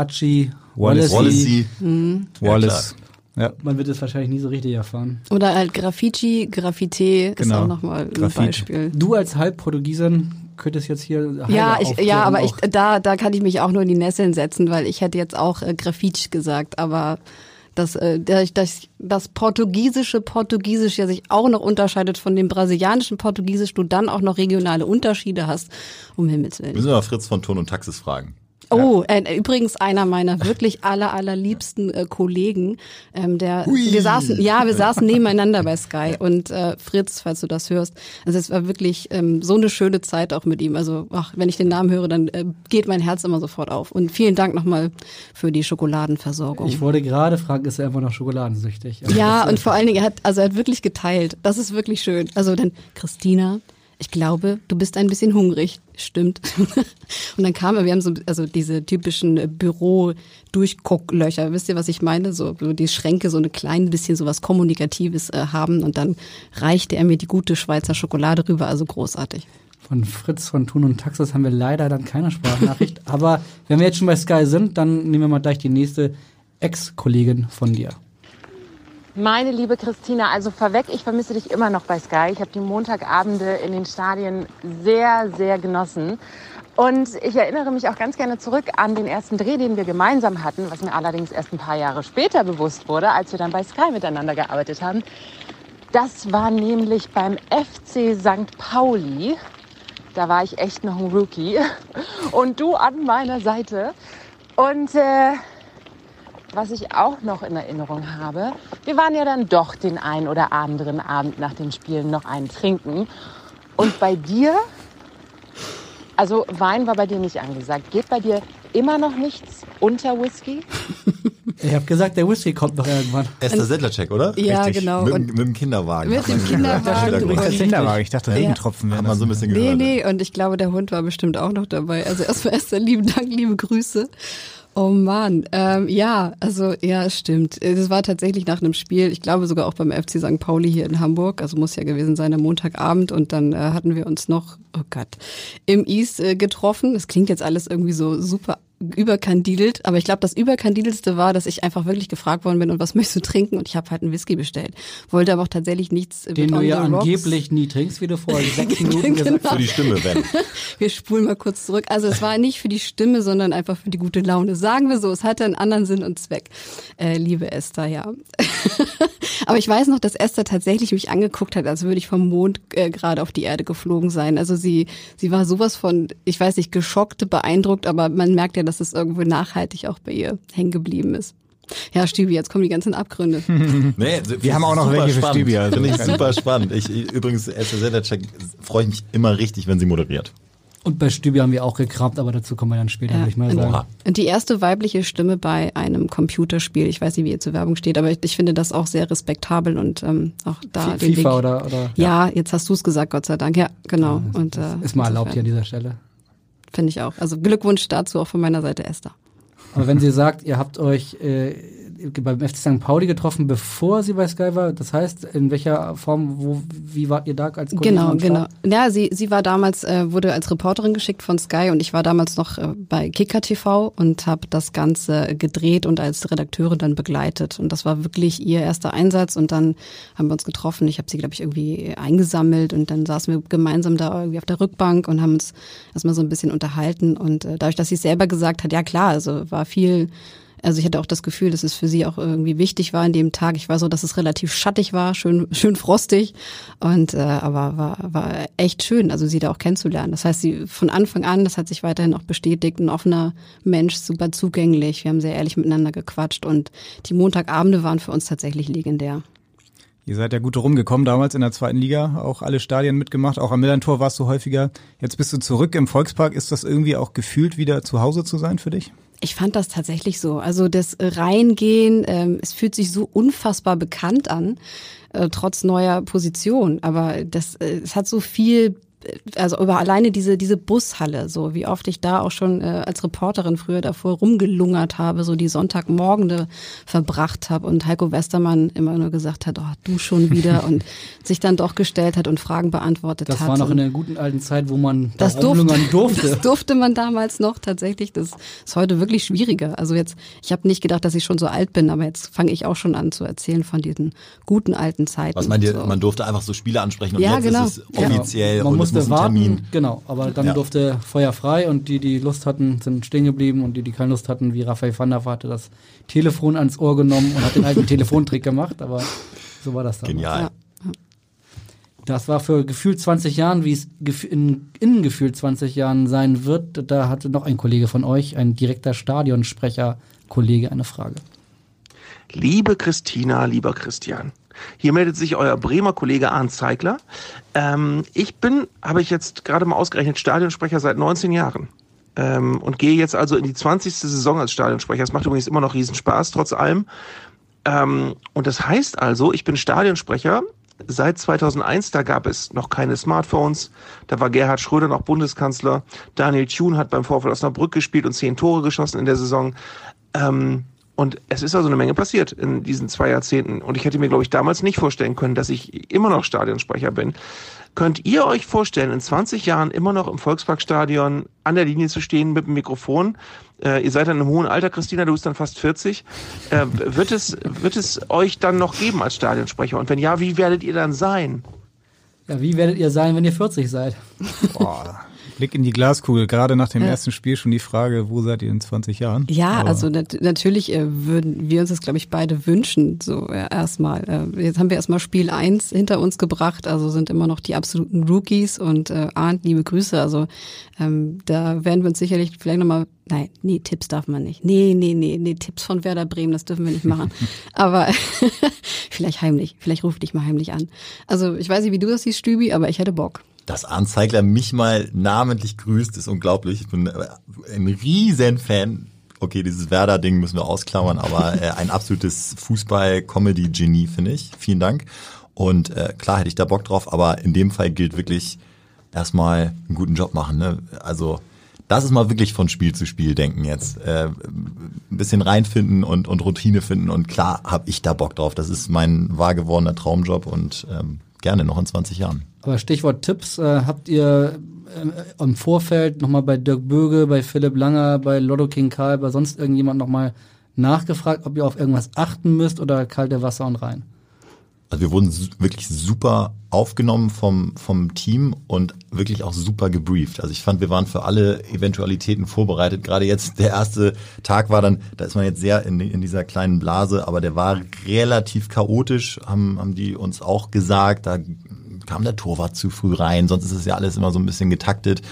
Wallace. Ja. Man wird es wahrscheinlich nie so richtig erfahren. Oder halt Graffiti ist Genau. auch nochmal ein Graffiti. Beispiel. Du als Halbportugiesin könntest jetzt hier Da kann ich mich auch nur in die Nesseln setzen, weil ich hätte jetzt auch Graffiti gesagt, aber das portugiesische Portugiesisch ja sich auch noch unterscheidet von dem brasilianischen Portugiesisch, du dann auch noch regionale Unterschiede hast, um Himmels Willen. Müssen wir mal Fritz von Ton und Taxis fragen. Oh, übrigens einer meiner wirklich allerliebsten Kollegen, wir saßen nebeneinander bei Sky und Fritz, falls du das hörst, also es war wirklich so eine schöne Zeit auch mit ihm, also wenn ich den Namen höre, dann geht mein Herz immer sofort auf und vielen Dank nochmal für die Schokoladenversorgung. Ich wollte gerade fragen, ist er einfach noch schokoladensüchtig? Also ja, und vor allen Dingen, er hat wirklich geteilt, das ist wirklich schön, also dann Christina, ich glaube, du bist ein bisschen hungrig. Stimmt. Und dann kam er, wir haben also diese typischen Büro-Durchgucklöcher. Wisst ihr, was ich meine? So die Schränke, so ein klein bisschen so was Kommunikatives haben. Und dann reichte er mir die gute Schweizer Schokolade rüber. Also großartig. Von Fritz von Thun und Taxis haben wir leider dann keine Sprachnachricht. Aber wenn wir jetzt schon bei Sky sind, dann nehmen wir mal gleich die nächste Ex-Kollegin von dir. Meine liebe Christina, also vorweg, ich vermisse dich immer noch bei Sky. Ich habe die Montagabende in den Stadien sehr, sehr genossen. Und ich erinnere mich auch ganz gerne zurück an den ersten Dreh, den wir gemeinsam hatten, was mir allerdings erst ein paar Jahre später bewusst wurde, als wir dann bei Sky miteinander gearbeitet haben. Das war nämlich beim FC St. Pauli. Da war ich echt noch ein Rookie. Und du an meiner Seite. Und was ich auch noch in Erinnerung habe, wir waren ja dann doch den einen oder anderen Abend nach den Spielen noch einen trinken. Und bei dir, also Wein war bei dir nicht angesagt. Geht bei dir immer noch nichts unter Whisky? Ich habe gesagt, der Whisky kommt noch irgendwann. Esther Sedlacek, oder? Ja, richtig. genau. Mit dem Kinderwagen. Mit dem Kinderwagen. Ich dachte, Regentropfen wären Hat man so ein bisschen gehört. Nee, und ich glaube, der Hund war bestimmt auch noch dabei. Also erstmal lieben Dank, liebe Grüße. Oh Mann, es stimmt. Das war tatsächlich nach einem Spiel, ich glaube sogar auch beim FC St. Pauli hier in Hamburg, also muss ja gewesen sein, am Montagabend und dann hatten wir uns noch, im East getroffen. Das klingt jetzt alles irgendwie so super überkandidelt, aber ich glaube, das Überkandidelste war, dass ich einfach wirklich gefragt worden bin, und was möchtest du trinken? Und ich habe halt einen Whisky bestellt. Wollte aber auch tatsächlich nichts den du ja angeblich nie trinkst, wie du vor 6 Minuten gesagt hast. Für die Stimme, wenn. Wir spulen mal kurz zurück. Also es war nicht für die Stimme, sondern einfach für die gute Laune. Sagen wir so, es hatte einen anderen Sinn und Zweck. Liebe Esther, ja. Aber ich weiß noch, dass Esther tatsächlich mich angeguckt hat, als würde ich vom Mond gerade auf die Erde geflogen sein. Also sie war sowas von, ich weiß nicht, geschockt, beeindruckt, aber man merkt ja, dass es irgendwo nachhaltig auch bei ihr hängen geblieben ist. Ja, Stübi, jetzt kommen die ganzen Abgründe. Nee, wir haben auch noch welche für Stübi. Also finde ich super spannend. Übrigens, Esther Sedlacek freue ich mich immer richtig, wenn sie moderiert. Und bei Stübi haben wir auch gekramt, aber dazu kommen wir dann später, würde ich mal sagen. Und die erste weibliche Stimme bei einem Computerspiel, ich weiß nicht, wie ihr zur Werbung steht, aber ich finde das auch sehr respektabel und auch da den FIFA Weg. oder? Ja, jetzt hast du es gesagt, Gott sei Dank. Ja, genau. Ja, und ist mal erlaubt hier an dieser Stelle. Finde ich auch. Also Glückwunsch dazu auch von meiner Seite, Esther. Aber wenn sie sagt, ihr habt euch beim FC St. Pauli getroffen, bevor sie bei Sky war. Das heißt, in welcher Form, wie wart ihr da als Kollegen? Genau. Ja, sie war damals, wurde als Reporterin geschickt von Sky und ich war damals noch bei Kicker TV und habe das Ganze gedreht und als Redakteurin dann begleitet. Und das war wirklich ihr erster Einsatz und dann haben wir uns getroffen. Ich habe sie, glaube ich, irgendwie eingesammelt und dann saßen wir gemeinsam da irgendwie auf der Rückbank und haben uns erstmal so ein bisschen unterhalten. Und dadurch, dass sie es selber gesagt hat, ja klar, also war viel. Also ich hatte auch das Gefühl, dass es für sie auch irgendwie wichtig war an dem Tag. Ich war so, dass es relativ schattig war, schön frostig und aber war echt schön, also sie da auch kennenzulernen. Das heißt, sie von Anfang an, das hat sich weiterhin auch bestätigt, ein offener Mensch, super zugänglich. Wir haben sehr ehrlich miteinander gequatscht und die Montagabende waren für uns tatsächlich legendär. Ihr seid ja gut rumgekommen damals in der 2. Liga, auch alle Stadien mitgemacht, auch am Millerntor warst du häufiger. Jetzt bist du zurück im Volkspark. Ist das irgendwie auch gefühlt, wieder zu Hause zu sein für dich? Ich fand das tatsächlich so. Also das Reingehen, es fühlt sich so unfassbar bekannt an, trotz neuer Position. Aber es hat so viel, also über alleine diese Bushalle, so wie oft ich da auch schon als Reporterin früher davor rumgelungert habe, so die Sonntagmorgende verbracht habe und Heiko Westermann immer nur gesagt hat, oh, du schon wieder und sich dann doch gestellt hat und Fragen beantwortet hat. Das war noch in der guten alten Zeit, wo man das rumlungern durfte. Das durfte man damals noch tatsächlich. Das ist heute wirklich schwieriger. Also jetzt, ich habe nicht gedacht, dass ich schon so alt bin, aber jetzt fange ich auch schon an zu erzählen von diesen guten alten Zeiten. Was meint ihr, man durfte einfach so Spiele ansprechen und ja, jetzt genau. ist es offiziell man und musste es muss warten, ein Termin. Genau, aber dann durfte Feuer frei und die Lust hatten, sind stehen geblieben und die keine Lust hatten, wie Raphael van der Vaart, hatte das Telefon ans Ohr genommen und hat den alten Telefontrick gemacht, aber so war das dann. Genial. Ja. Das war für gefühlt 20 Jahren, wie es in gefühlt 20 Jahren sein wird. Da hatte noch ein Kollege von euch, ein direkter Stadionsprecher-Kollege, eine Frage. Liebe Christina, lieber Christian, hier meldet sich euer Bremer Kollege Arndt Zeigler. Habe ich jetzt gerade mal ausgerechnet, Stadionsprecher seit 19 Jahren. Und gehe jetzt also in die 20. Saison als Stadionsprecher. Das macht übrigens immer noch Riesenspaß, trotz allem. Und das heißt also, ich bin Stadionsprecher seit 2001, da gab es noch keine Smartphones, da war Gerhard Schröder noch Bundeskanzler, Daniel Thune hat beim VfL Osnabrück gespielt und 10 Tore geschossen in der Saison. Und es ist also eine Menge passiert in diesen 2 Jahrzehnten. Und ich hätte mir, glaube ich, damals nicht vorstellen können, dass ich immer noch Stadionsprecher bin. Könnt ihr euch vorstellen, in 20 Jahren immer noch im Volksparkstadion an der Linie zu stehen mit dem Mikrofon? Ihr seid dann im hohen Alter, Christina, du bist dann fast 40. Wird es euch dann noch geben als Stadionsprecher? Und wenn ja, wie werdet ihr dann sein? Ja, wie werdet ihr sein, wenn ihr 40 seid? Boah. Blick in die Glaskugel, gerade nach dem ersten Spiel schon die Frage, wo seid ihr in 20 Jahren? Ja, aber also natürlich würden wir uns das, glaube ich, beide wünschen, so erstmal. Jetzt haben wir erstmal Spiel 1 hinter uns gebracht, also sind immer noch die absoluten Rookies und Arndt, liebe Grüße, also da werden wir uns sicherlich vielleicht nochmal, Tipps darf man nicht. Nee, Tipps von Werder Bremen, das dürfen wir nicht machen. Aber vielleicht heimlich, vielleicht ruf dich mal heimlich an. Also ich weiß nicht, wie du das siehst, Stübi, aber ich hätte Bock. Dass Arndt Zeigler mich mal namentlich grüßt, ist unglaublich. Ich bin ein riesen Fan. Okay, dieses Werder-Ding müssen wir ausklammern, aber ein absolutes Fußball-Comedy-Genie, finde ich. Vielen Dank. Und klar hätte ich da Bock drauf, aber in dem Fall gilt wirklich erstmal einen guten Job machen. Ne? Also das ist mal wirklich von Spiel zu Spiel denken jetzt. Ein bisschen reinfinden und Routine finden und klar habe ich da Bock drauf. Das ist mein wahr gewordener Traumjob und gerne noch in 20 Jahren. Aber Stichwort Tipps, habt ihr im Vorfeld nochmal bei Dirk Böge, bei Philipp Langer, bei Lotto King Karl, bei sonst irgendjemand nochmal nachgefragt, ob ihr auf irgendwas achten müsst oder kalte Wasser und rein? Also wir wurden wirklich super aufgenommen vom Team und wirklich auch super gebrieft. Also ich fand, wir waren für alle Eventualitäten vorbereitet. Gerade jetzt, der erste Tag war dann, da ist man jetzt sehr in dieser kleinen Blase, aber der war relativ chaotisch, haben die uns auch gesagt. Da kam der Torwart zu früh rein, sonst ist es ja alles immer so ein bisschen getaktet.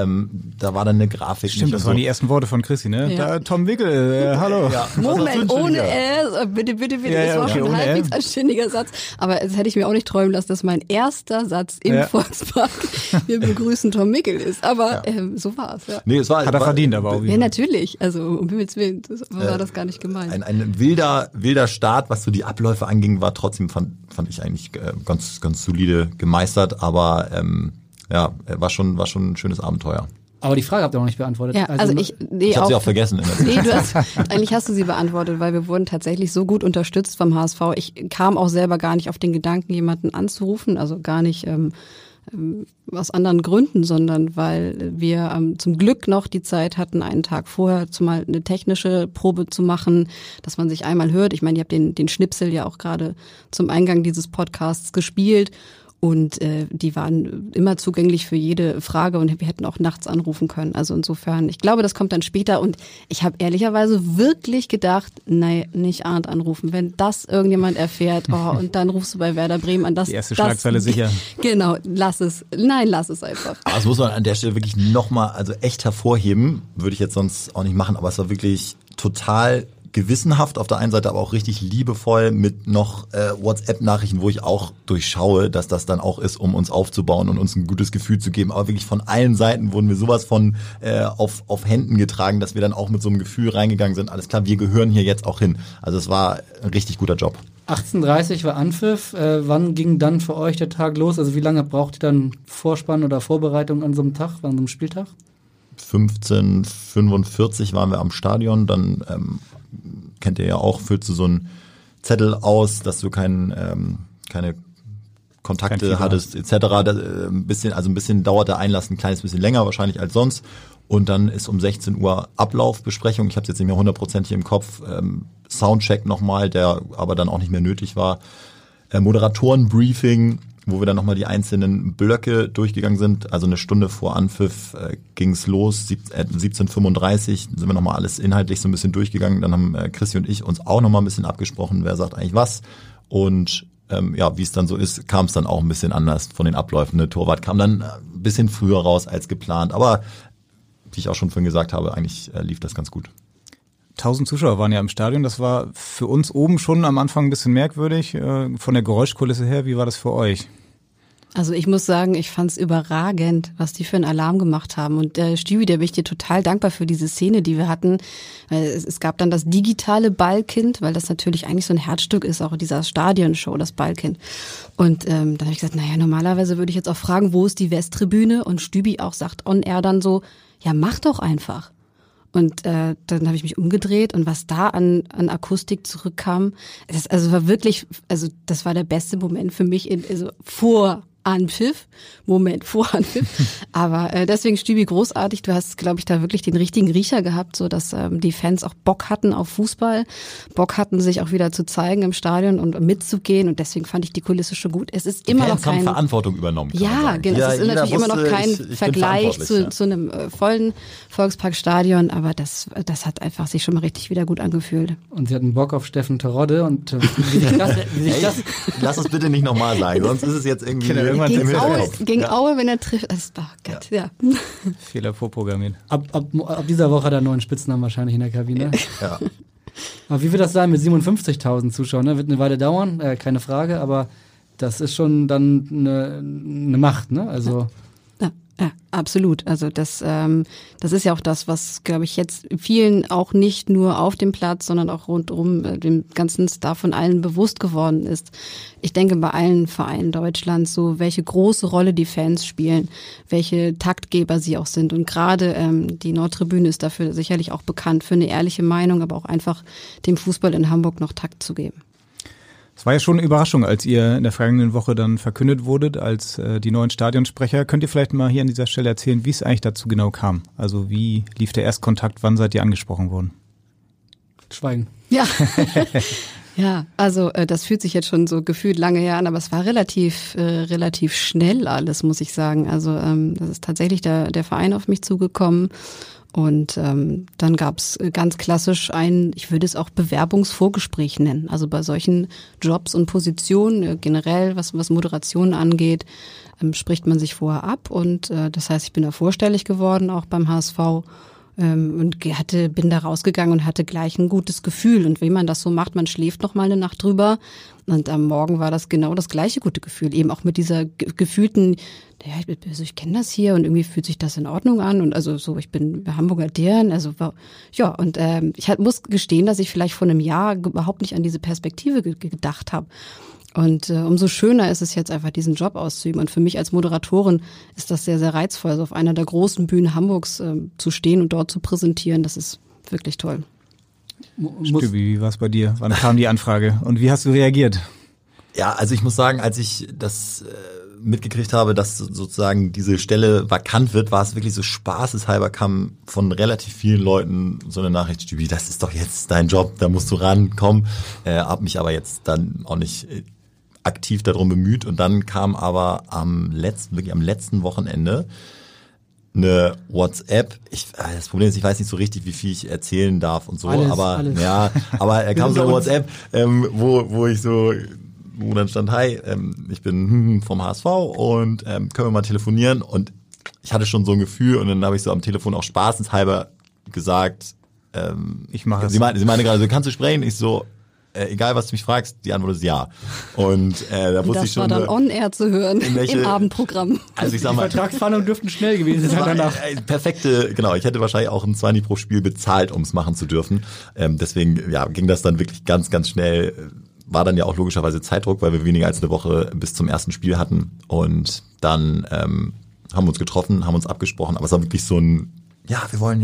Da war dann eine Grafik. Stimmt, das waren die ersten Worte von Chrissy, ne? Ja. Da, Tom Wickel, hallo. Ja. Moment, ohne bitte, das war schon ein halbwegs anständiger Satz. Aber das hätte ich mir auch nicht träumen lassen, dass mein erster Satz im Volkspark wir begrüßen Tom Wickel ist. Aber so war es, ja. Nee, es war, hat er verdient, aber auch wieder. Ja, natürlich. Also um Himmels Willen, war das gar nicht gemeint. Ein wilder Start, was so die Abläufe anging, war trotzdem, fand ich eigentlich ganz solide gemeistert, aber war schon ein schönes Abenteuer. Aber die Frage habt ihr noch nicht beantwortet. Ja, also ich habe sie auch vergessen. Eigentlich hast du sie beantwortet, weil wir wurden tatsächlich so gut unterstützt vom HSV. Ich kam auch selber gar nicht auf den Gedanken, jemanden anzurufen, also gar nicht aus anderen Gründen, sondern weil wir zum Glück noch die Zeit hatten, einen Tag vorher zumal eine technische Probe zu machen, dass man sich einmal hört. Ich meine, ihr habt den Schnipsel ja auch gerade zum Eingang dieses Podcasts gespielt. Und die waren immer zugänglich für jede Frage und wir hätten auch nachts anrufen können. Also insofern, ich glaube, das kommt dann später. Und ich habe ehrlicherweise wirklich gedacht, nein, nicht Arndt anrufen. Wenn das irgendjemand erfährt, und dann rufst du bei Werder Bremen an. Die erste Schlagzeile sicher. Genau, lass es. Nein, lass es einfach. Aber das muss man an der Stelle wirklich nochmal, also echt hervorheben. Würde ich jetzt sonst auch nicht machen, aber es war wirklich total gewissenhaft auf der einen Seite, aber auch richtig liebevoll mit noch WhatsApp-Nachrichten, wo ich auch durchschaue, dass das dann auch ist, um uns aufzubauen und uns ein gutes Gefühl zu geben. Aber wirklich von allen Seiten wurden wir sowas von auf Händen getragen, dass wir dann auch mit so einem Gefühl reingegangen sind. Alles klar, wir gehören hier jetzt auch hin. Also es war ein richtig guter Job. 18:30 war Anpfiff. Wann ging dann für euch der Tag los? Also wie lange braucht ihr dann Vorspann oder Vorbereitung an so einem Tag, an so einem Spieltag? 15:45 waren wir am Stadion, dann kennt ihr ja auch, füllst du so einen Zettel aus, dass du keine Kontakte hattest, etc. Ein bisschen dauert der Einlass ein kleines bisschen länger wahrscheinlich als sonst. Und dann ist um 16 Uhr Ablaufbesprechung. Ich habe es jetzt nicht mehr 100% im Kopf. Soundcheck nochmal, der aber dann auch nicht mehr nötig war. Moderatorenbriefing, wo wir dann nochmal die einzelnen Blöcke durchgegangen sind. Also eine Stunde vor Anpfiff ging's los, 17:35 sind wir nochmal alles inhaltlich so ein bisschen durchgegangen. Dann haben Chrissy und ich uns auch nochmal ein bisschen abgesprochen, wer sagt eigentlich was. Und wie es dann so ist, kam es dann auch ein bisschen anders von den Abläufen. Der Torwart kam dann ein bisschen früher raus als geplant. Aber wie ich auch schon vorhin gesagt habe, eigentlich lief das ganz gut. 1000 Zuschauer waren ja im Stadion. Das war für uns oben schon am Anfang ein bisschen merkwürdig. Von der Geräuschkulisse her, wie war das für euch? Also ich muss sagen, ich fand's überragend, was die für einen Alarm gemacht haben. Und Stübi, der bin ich dir total dankbar für diese Szene, die wir hatten. Es gab dann das digitale Ballkind, weil das natürlich eigentlich so ein Herzstück ist, auch dieser Stadionshow, das Ballkind. Und dann habe ich gesagt, normalerweise würde ich jetzt auch fragen, wo ist die Westtribüne? Und Stübi auch sagt on air dann so, ja, mach doch einfach. Und dann habe ich mich umgedreht und was da an Akustik zurückkam, das war der beste Moment für mich vor Anpfiff. Aber deswegen, Stübi, großartig. Du hast, glaube ich, da wirklich den richtigen Riecher gehabt, so dass die Fans auch Bock hatten auf Fußball, Bock hatten, sich auch wieder zu zeigen im Stadion und mitzugehen. Und deswegen fand ich die Kulisse schon gut. Es ist immer noch kein Verantwortung übernommen. Ja, genau. Es ist natürlich immer noch kein Vergleich zu einem vollen Volksparkstadion, aber das hat einfach sich schon mal richtig wieder gut angefühlt. Und sie hatten Bock auf Steffen Terodde und lass es bitte nicht nochmal sagen, sonst ist es jetzt irgendwie gegen Aue, wenn er trifft. Gott, ja. Fehler vorprogrammiert. Ab dieser Woche hat er einen neuen Spitznamen wahrscheinlich in der Kabine. Ja. Aber wie wird das sein mit 57.000 Zuschauern? Ne? Wird eine Weile dauern, keine Frage, aber das ist schon dann eine Macht, ne? Also Ja, absolut. Also das ist ja auch das, was, glaube ich, jetzt vielen auch nicht nur auf dem Platz, sondern auch rundum dem ganzen Staff von allen bewusst geworden ist. Ich denke bei allen Vereinen Deutschlands so, welche große Rolle die Fans spielen, welche Taktgeber sie auch sind. Und gerade die Nordtribüne ist dafür sicherlich auch bekannt, für eine ehrliche Meinung, aber auch einfach dem Fußball in Hamburg noch Takt zu geben. Es war ja schon eine Überraschung, als ihr in der vergangenen Woche dann verkündet wurdet als die neuen Stadionsprecher. Könnt ihr vielleicht mal hier an dieser Stelle erzählen, wie es eigentlich dazu genau kam? Also wie lief der Erstkontakt, wann seid ihr angesprochen worden? Schweigen. Ja, ja, also das fühlt sich jetzt schon so gefühlt lange her an, aber es war relativ schnell alles, muss ich sagen. Also das ist tatsächlich der Verein auf mich zugekommen. Und dann gab's ganz klassisch ich würde es auch Bewerbungsvorgespräch nennen. Also bei solchen Jobs und Positionen, generell was Moderation angeht, spricht man sich vorher ab. Und das heißt, ich bin da vorstellig geworden, auch beim HSV. Und bin da rausgegangen und hatte gleich ein gutes Gefühl. Und wie man das so macht, man schläft noch mal eine Nacht drüber. Und am Morgen war das genau das gleiche gute Gefühl. Eben auch mit dieser gefühlten, ich kenne das hier und irgendwie fühlt sich das in Ordnung an. Und also so, ich bin Hamburger deren. Also ja, und ich muss gestehen, dass ich vielleicht vor einem Jahr überhaupt nicht an diese Perspektive gedacht habe. Und umso schöner ist es jetzt einfach, diesen Job auszuüben. Und für mich als Moderatorin ist das sehr, sehr reizvoll, also auf einer der großen Bühnen Hamburgs zu stehen und dort zu präsentieren. Das ist wirklich toll. Stübi, wie war es bei dir? Wann kam die Anfrage und wie hast du reagiert? Ja, also ich muss sagen, als ich das mitgekriegt habe, dass sozusagen diese Stelle vakant wird, war es wirklich so spaßeshalber, kam von relativ vielen Leuten so eine Nachricht, Stübi, das ist doch jetzt dein Job, da musst du rankommen. Hab mich aber jetzt dann auch nicht aktiv darum bemüht und dann kam aber am letzten Wochenende eine WhatsApp. Das Problem ist, ich weiß nicht so richtig, wie viel ich erzählen darf und so, aber er kam so eine WhatsApp, wo dann stand, hi, ich bin vom HSV und können wir mal telefonieren, und ich hatte schon so ein Gefühl und dann habe ich so am Telefon auch spaßenshalber gesagt, ich mache es. Sie meinte gerade, so, kannst du sprechen? Ich so, egal was du mich fragst, die Antwort ist ja. Und da wusste ich schon. Das war dann on-air zu hören im Abendprogramm. Also ich sag mal, die Vertragsverhandlungen dürften schnell gewesen sein danach. Genau, ich hätte wahrscheinlich auch ein 20 pro Spiel bezahlt, um es machen zu dürfen. Deswegen ging das dann wirklich ganz, ganz schnell. War dann ja auch logischerweise Zeitdruck, weil wir weniger als eine Woche bis zum ersten Spiel hatten. Und dann haben wir uns getroffen, haben uns abgesprochen. Aber es war wirklich so ein, ja, wir wollen,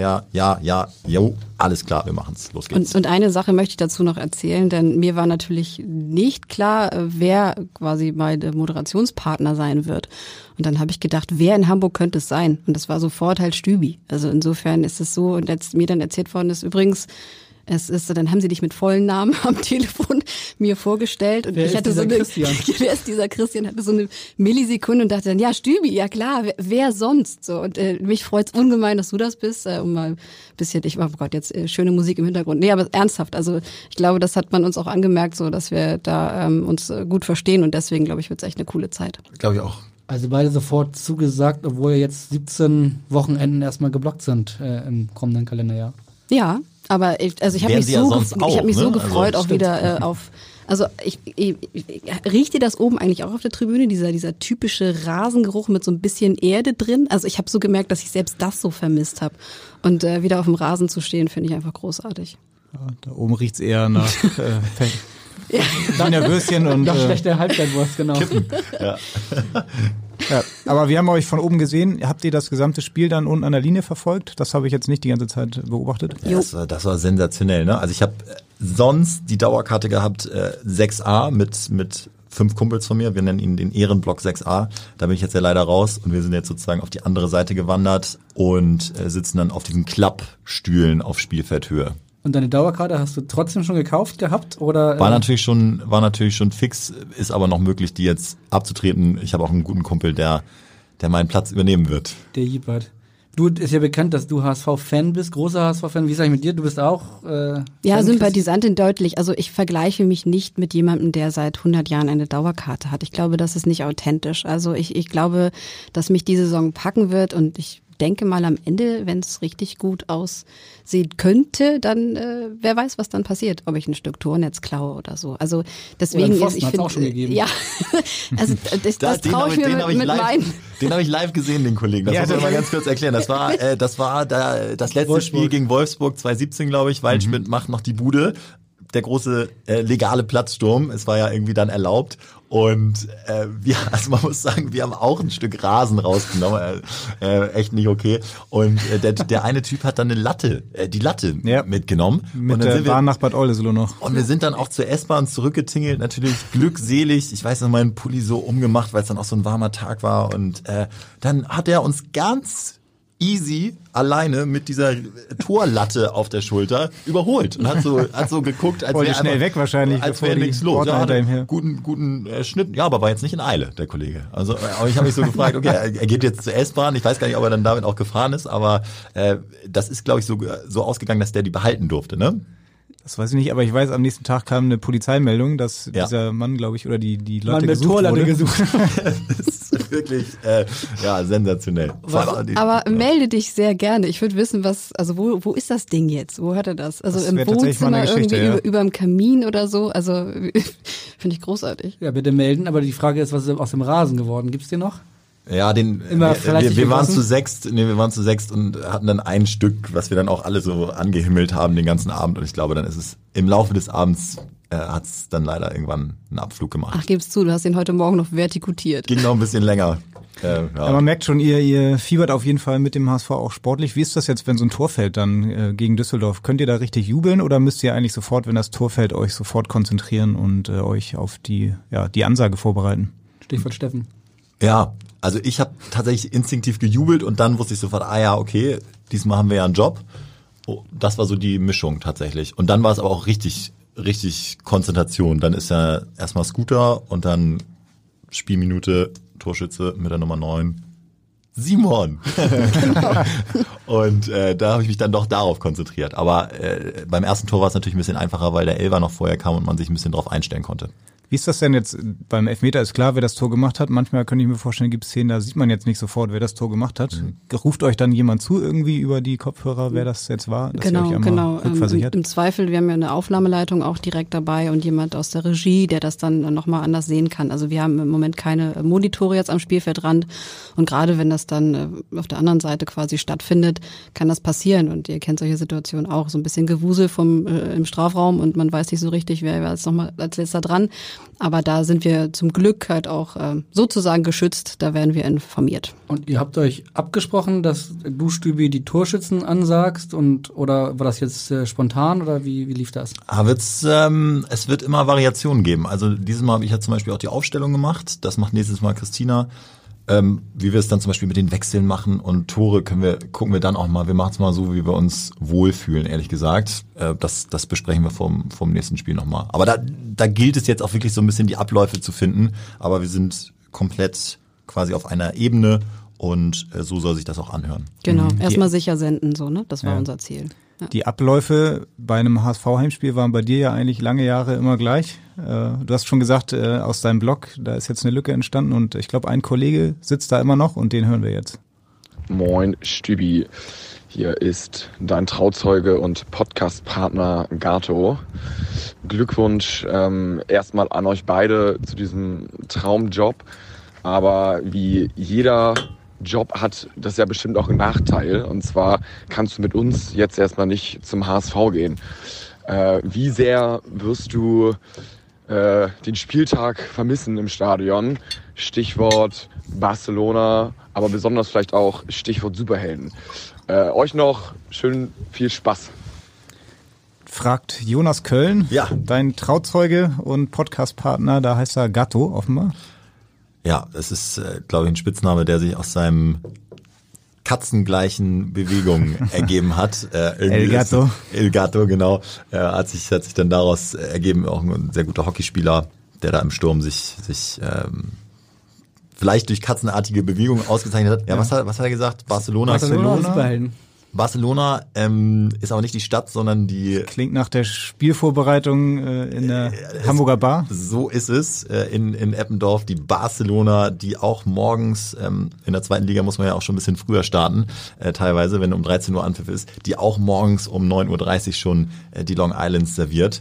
jo, alles klar, wir machen's, los geht's. Und eine Sache möchte ich dazu noch erzählen, denn mir war natürlich nicht klar, wer quasi mein Moderationspartner sein wird. Und dann habe ich gedacht, wer in Hamburg könnte es sein? Und das war sofort halt Stübi. Also insofern ist es so, und mir dann erzählt worden ist übrigens, dann haben sie dich mit vollen Namen am Telefon mir vorgestellt und wer ist dieser Christian? Hatte so eine Millisekunde und dachte dann, ja, Stübi, ja klar, wer sonst? So, und mich freut's ungemein, dass du das bist, um mal ein bisschen, jetzt schöne Musik im Hintergrund. Nee, aber ernsthaft, also ich glaube, das hat man uns auch angemerkt, so dass wir da uns gut verstehen, und deswegen, glaube ich, wird's echt eine coole Zeit. Glaube ich auch. Also beide sofort zugesagt, obwohl jetzt 17 Wochenenden erstmal geblockt sind im kommenden Kalenderjahr. Ja. Aber ich habe mich so gefreut, auch wieder auf. Also ich riecht dir das oben eigentlich auch auf der Tribüne, dieser typische Rasengeruch mit so ein bisschen Erde drin? Also ich habe so gemerkt, dass ich selbst das so vermisst habe. Und wieder auf dem Rasen zu stehen, finde ich einfach großartig. Ja, da oben riecht's eher nach Wiener Würstchen und nach schlechter Halbzeitwurst, genau. Kippen. Ja. Ja, aber wir haben euch von oben gesehen. Habt ihr das gesamte Spiel dann unten an der Linie verfolgt? Das habe ich jetzt nicht die ganze Zeit beobachtet. Ja, das war sensationell, ne? Also ich habe sonst die Dauerkarte gehabt, 6a mit 5 Kumpels von mir. Wir nennen ihn den Ehrenblock 6a. Da bin ich jetzt ja leider raus und wir sind jetzt sozusagen auf die andere Seite gewandert und sitzen dann auf diesen Klappstühlen auf Spielfeldhöhe. Und deine Dauerkarte hast du trotzdem schon gekauft gehabt, oder? War natürlich schon fix, ist aber noch möglich, die jetzt abzutreten. Ich habe auch einen guten Kumpel, der meinen Platz übernehmen wird. Der Jibert. Du, ist ja bekannt, dass du HSV-Fan bist, großer HSV-Fan. Wie ist eigentlich mit dir? Du bist auch ja, Sympathisantin deutlich. Also ich vergleiche mich nicht mit jemandem, der seit 100 Jahren eine Dauerkarte hat. Ich glaube, das ist nicht authentisch. Also ich glaube, dass mich die Saison packen wird, und ich denke mal am Ende, wenn es richtig gut aussehen könnte, dann wer weiß, was dann passiert, ob ich ein Stück Tornetz klaue oder so. Also deswegen ist, ich finde, auch schon gegeben. Ja, also das traue ich mir mit meinen. Den habe ich live gesehen, den Kollegen. Das muss ich mal ganz kurz erklären. Das war das letzte Spiel gegen Wolfsburg 2017, glaube ich. Waldschmidt macht noch die Bude. Der große legale Platzsturm. Es war ja irgendwie dann erlaubt. Und also man muss sagen, wir haben auch ein Stück Rasen rausgenommen. Echt nicht okay. Und der eine Typ hat dann die Latte mitgenommen. Mit der Bahn nach Bad Oldesloe noch. Und wir sind dann auch zur S-Bahn zurückgetingelt, natürlich glückselig. Ich weiß noch, meinen Pulli so umgemacht, weil es dann auch so ein warmer Tag war. Und dann hat er uns ganz easy alleine mit dieser Torlatte auf der Schulter überholt und hat so geguckt, als wäre schnell weg wahrscheinlich, als wäre nichts los. Ja, hatte guten Schnitt, ja, aber war jetzt nicht in Eile, der Kollege. Also ich habe mich so gefragt, okay, er geht jetzt zur S-Bahn, ich weiß gar nicht, ob er dann damit auch gefahren ist, aber das ist, glaube ich, so ausgegangen, dass der die behalten durfte, ne? Das weiß ich nicht, aber ich weiß, am nächsten Tag kam eine Polizeimeldung, dass dieser Mann, glaube ich, oder die Leute gesucht. Das ist wirklich sensationell. Aber melde dich sehr gerne. Ich würde wissen, wo ist das Ding jetzt? Wo hat er das? Also im Wohnzimmer irgendwie über dem Kamin oder so? Also finde ich großartig. Ja, bitte melden, aber die Frage ist, was ist aus dem Rasen geworden? Gibt's den noch? Ja, wir waren zu sechst und hatten dann ein Stück, was wir dann auch alle so angehimmelt haben den ganzen Abend, und ich glaube, dann ist es im Laufe des Abends hat es dann leider irgendwann einen Abflug gemacht. Ach, gib's zu, du hast ihn heute Morgen noch vertikutiert. Ging noch ein bisschen länger. Ja, man merkt schon, ihr fiebert auf jeden Fall mit dem HSV auch sportlich. Wie ist das jetzt, wenn so ein Tor fällt dann gegen Düsseldorf? Könnt ihr da richtig jubeln oder müsst ihr eigentlich sofort, wenn das Tor fällt, euch sofort konzentrieren und euch auf die Ansage vorbereiten? Stichwort Steffen. Ja, also ich habe tatsächlich instinktiv gejubelt und dann wusste ich sofort, okay, diesmal haben wir ja einen Job. Oh, das war so die Mischung tatsächlich. Und dann war es aber auch richtig Konzentration. Dann ist ja erstmal Scooter und dann Spielminute, Torschütze mit der Nummer 9. Simon! Genau. Und da habe ich mich dann doch darauf konzentriert. Aber beim ersten Tor war es natürlich ein bisschen einfacher, weil der Elfer noch vorher kam und man sich ein bisschen drauf einstellen konnte. Wie ist das denn jetzt beim Elfmeter? Ist klar, wer das Tor gemacht hat. Manchmal könnte ich mir vorstellen, gibt es Szenen, da sieht man jetzt nicht sofort, wer das Tor gemacht hat. Ruft euch dann jemand zu irgendwie über die Kopfhörer, wer das jetzt war? Genau. Im Zweifel, wir haben ja eine Aufnahmeleitung auch direkt dabei und jemand aus der Regie, der das dann nochmal anders sehen kann. Also wir haben im Moment keine Monitore jetzt am Spielfeldrand und gerade wenn das dann auf der anderen Seite quasi stattfindet, kann das passieren und ihr kennt solche Situationen auch. So ein bisschen Gewusel im Strafraum und man weiß nicht so richtig, wer war jetzt nochmal als letzter dran. Aber da sind wir zum Glück halt auch sozusagen geschützt, da werden wir informiert. Und ihr habt euch abgesprochen, dass du, Stübi, die Torschützen ansagst oder war das jetzt spontan oder wie lief das? Es wird immer Variationen geben. Also dieses Mal habe ich ja zum Beispiel auch die Aufstellung gemacht, das macht nächstes Mal Christina. Wie wir es dann zum Beispiel mit den Wechseln machen und Tore gucken wir dann auch mal. Wir machen es mal so, wie wir uns wohlfühlen, ehrlich gesagt. Das besprechen wir vom nächsten Spiel nochmal. Aber da gilt es jetzt auch wirklich so ein bisschen die Abläufe zu finden. Aber wir sind komplett quasi auf einer Ebene und so soll sich das auch anhören. Genau, erstmal sicher senden, so, ne? Das war unser Ziel. Ja. Die Abläufe bei einem HSV-Heimspiel waren bei dir ja eigentlich lange Jahre immer gleich. Du hast schon gesagt, aus deinem Blog, da ist jetzt eine Lücke entstanden und ich glaube, ein Kollege sitzt da immer noch und den hören wir jetzt. Moin, Stübi. Hier ist dein Trauzeuge und Podcast-Partner Gato. Glückwunsch erstmal an euch beide zu diesem Traumjob. Aber wie jeder Job hat das ja bestimmt auch einen Nachteil. Und zwar kannst du mit uns jetzt erstmal nicht zum HSV gehen. Wie sehr wirst du den Spieltag vermissen im Stadion? Stichwort Barcelona, aber besonders vielleicht auch Stichwort Superhelden. Euch noch schön viel Spaß. Fragt Jonas Köln, dein Trauzeuge und Podcastpartner, da heißt er Gatto offenbar. Ja, es ist, glaube ich, ein Spitzname, der sich aus seinem katzengleichen Bewegungen ergeben hat. El Gatto. El Gatto, genau. Hat sich dann daraus ergeben, auch ein sehr guter Hockeyspieler, der da im Sturm sich vielleicht durch katzenartige Bewegungen ausgezeichnet hat. Ja, was hat er gesagt? Barcelona Superhelden. Barcelona ist aber nicht die Stadt, sondern die... Klingt nach der Spielvorbereitung in der Hamburger Bar. So ist es. In Eppendorf die Barcelona, die auch morgens, in der zweiten Liga muss man ja auch schon ein bisschen früher starten, teilweise, wenn um 13 Uhr Anpfiff ist, die auch morgens um 9.30 Uhr schon die Long Islands serviert.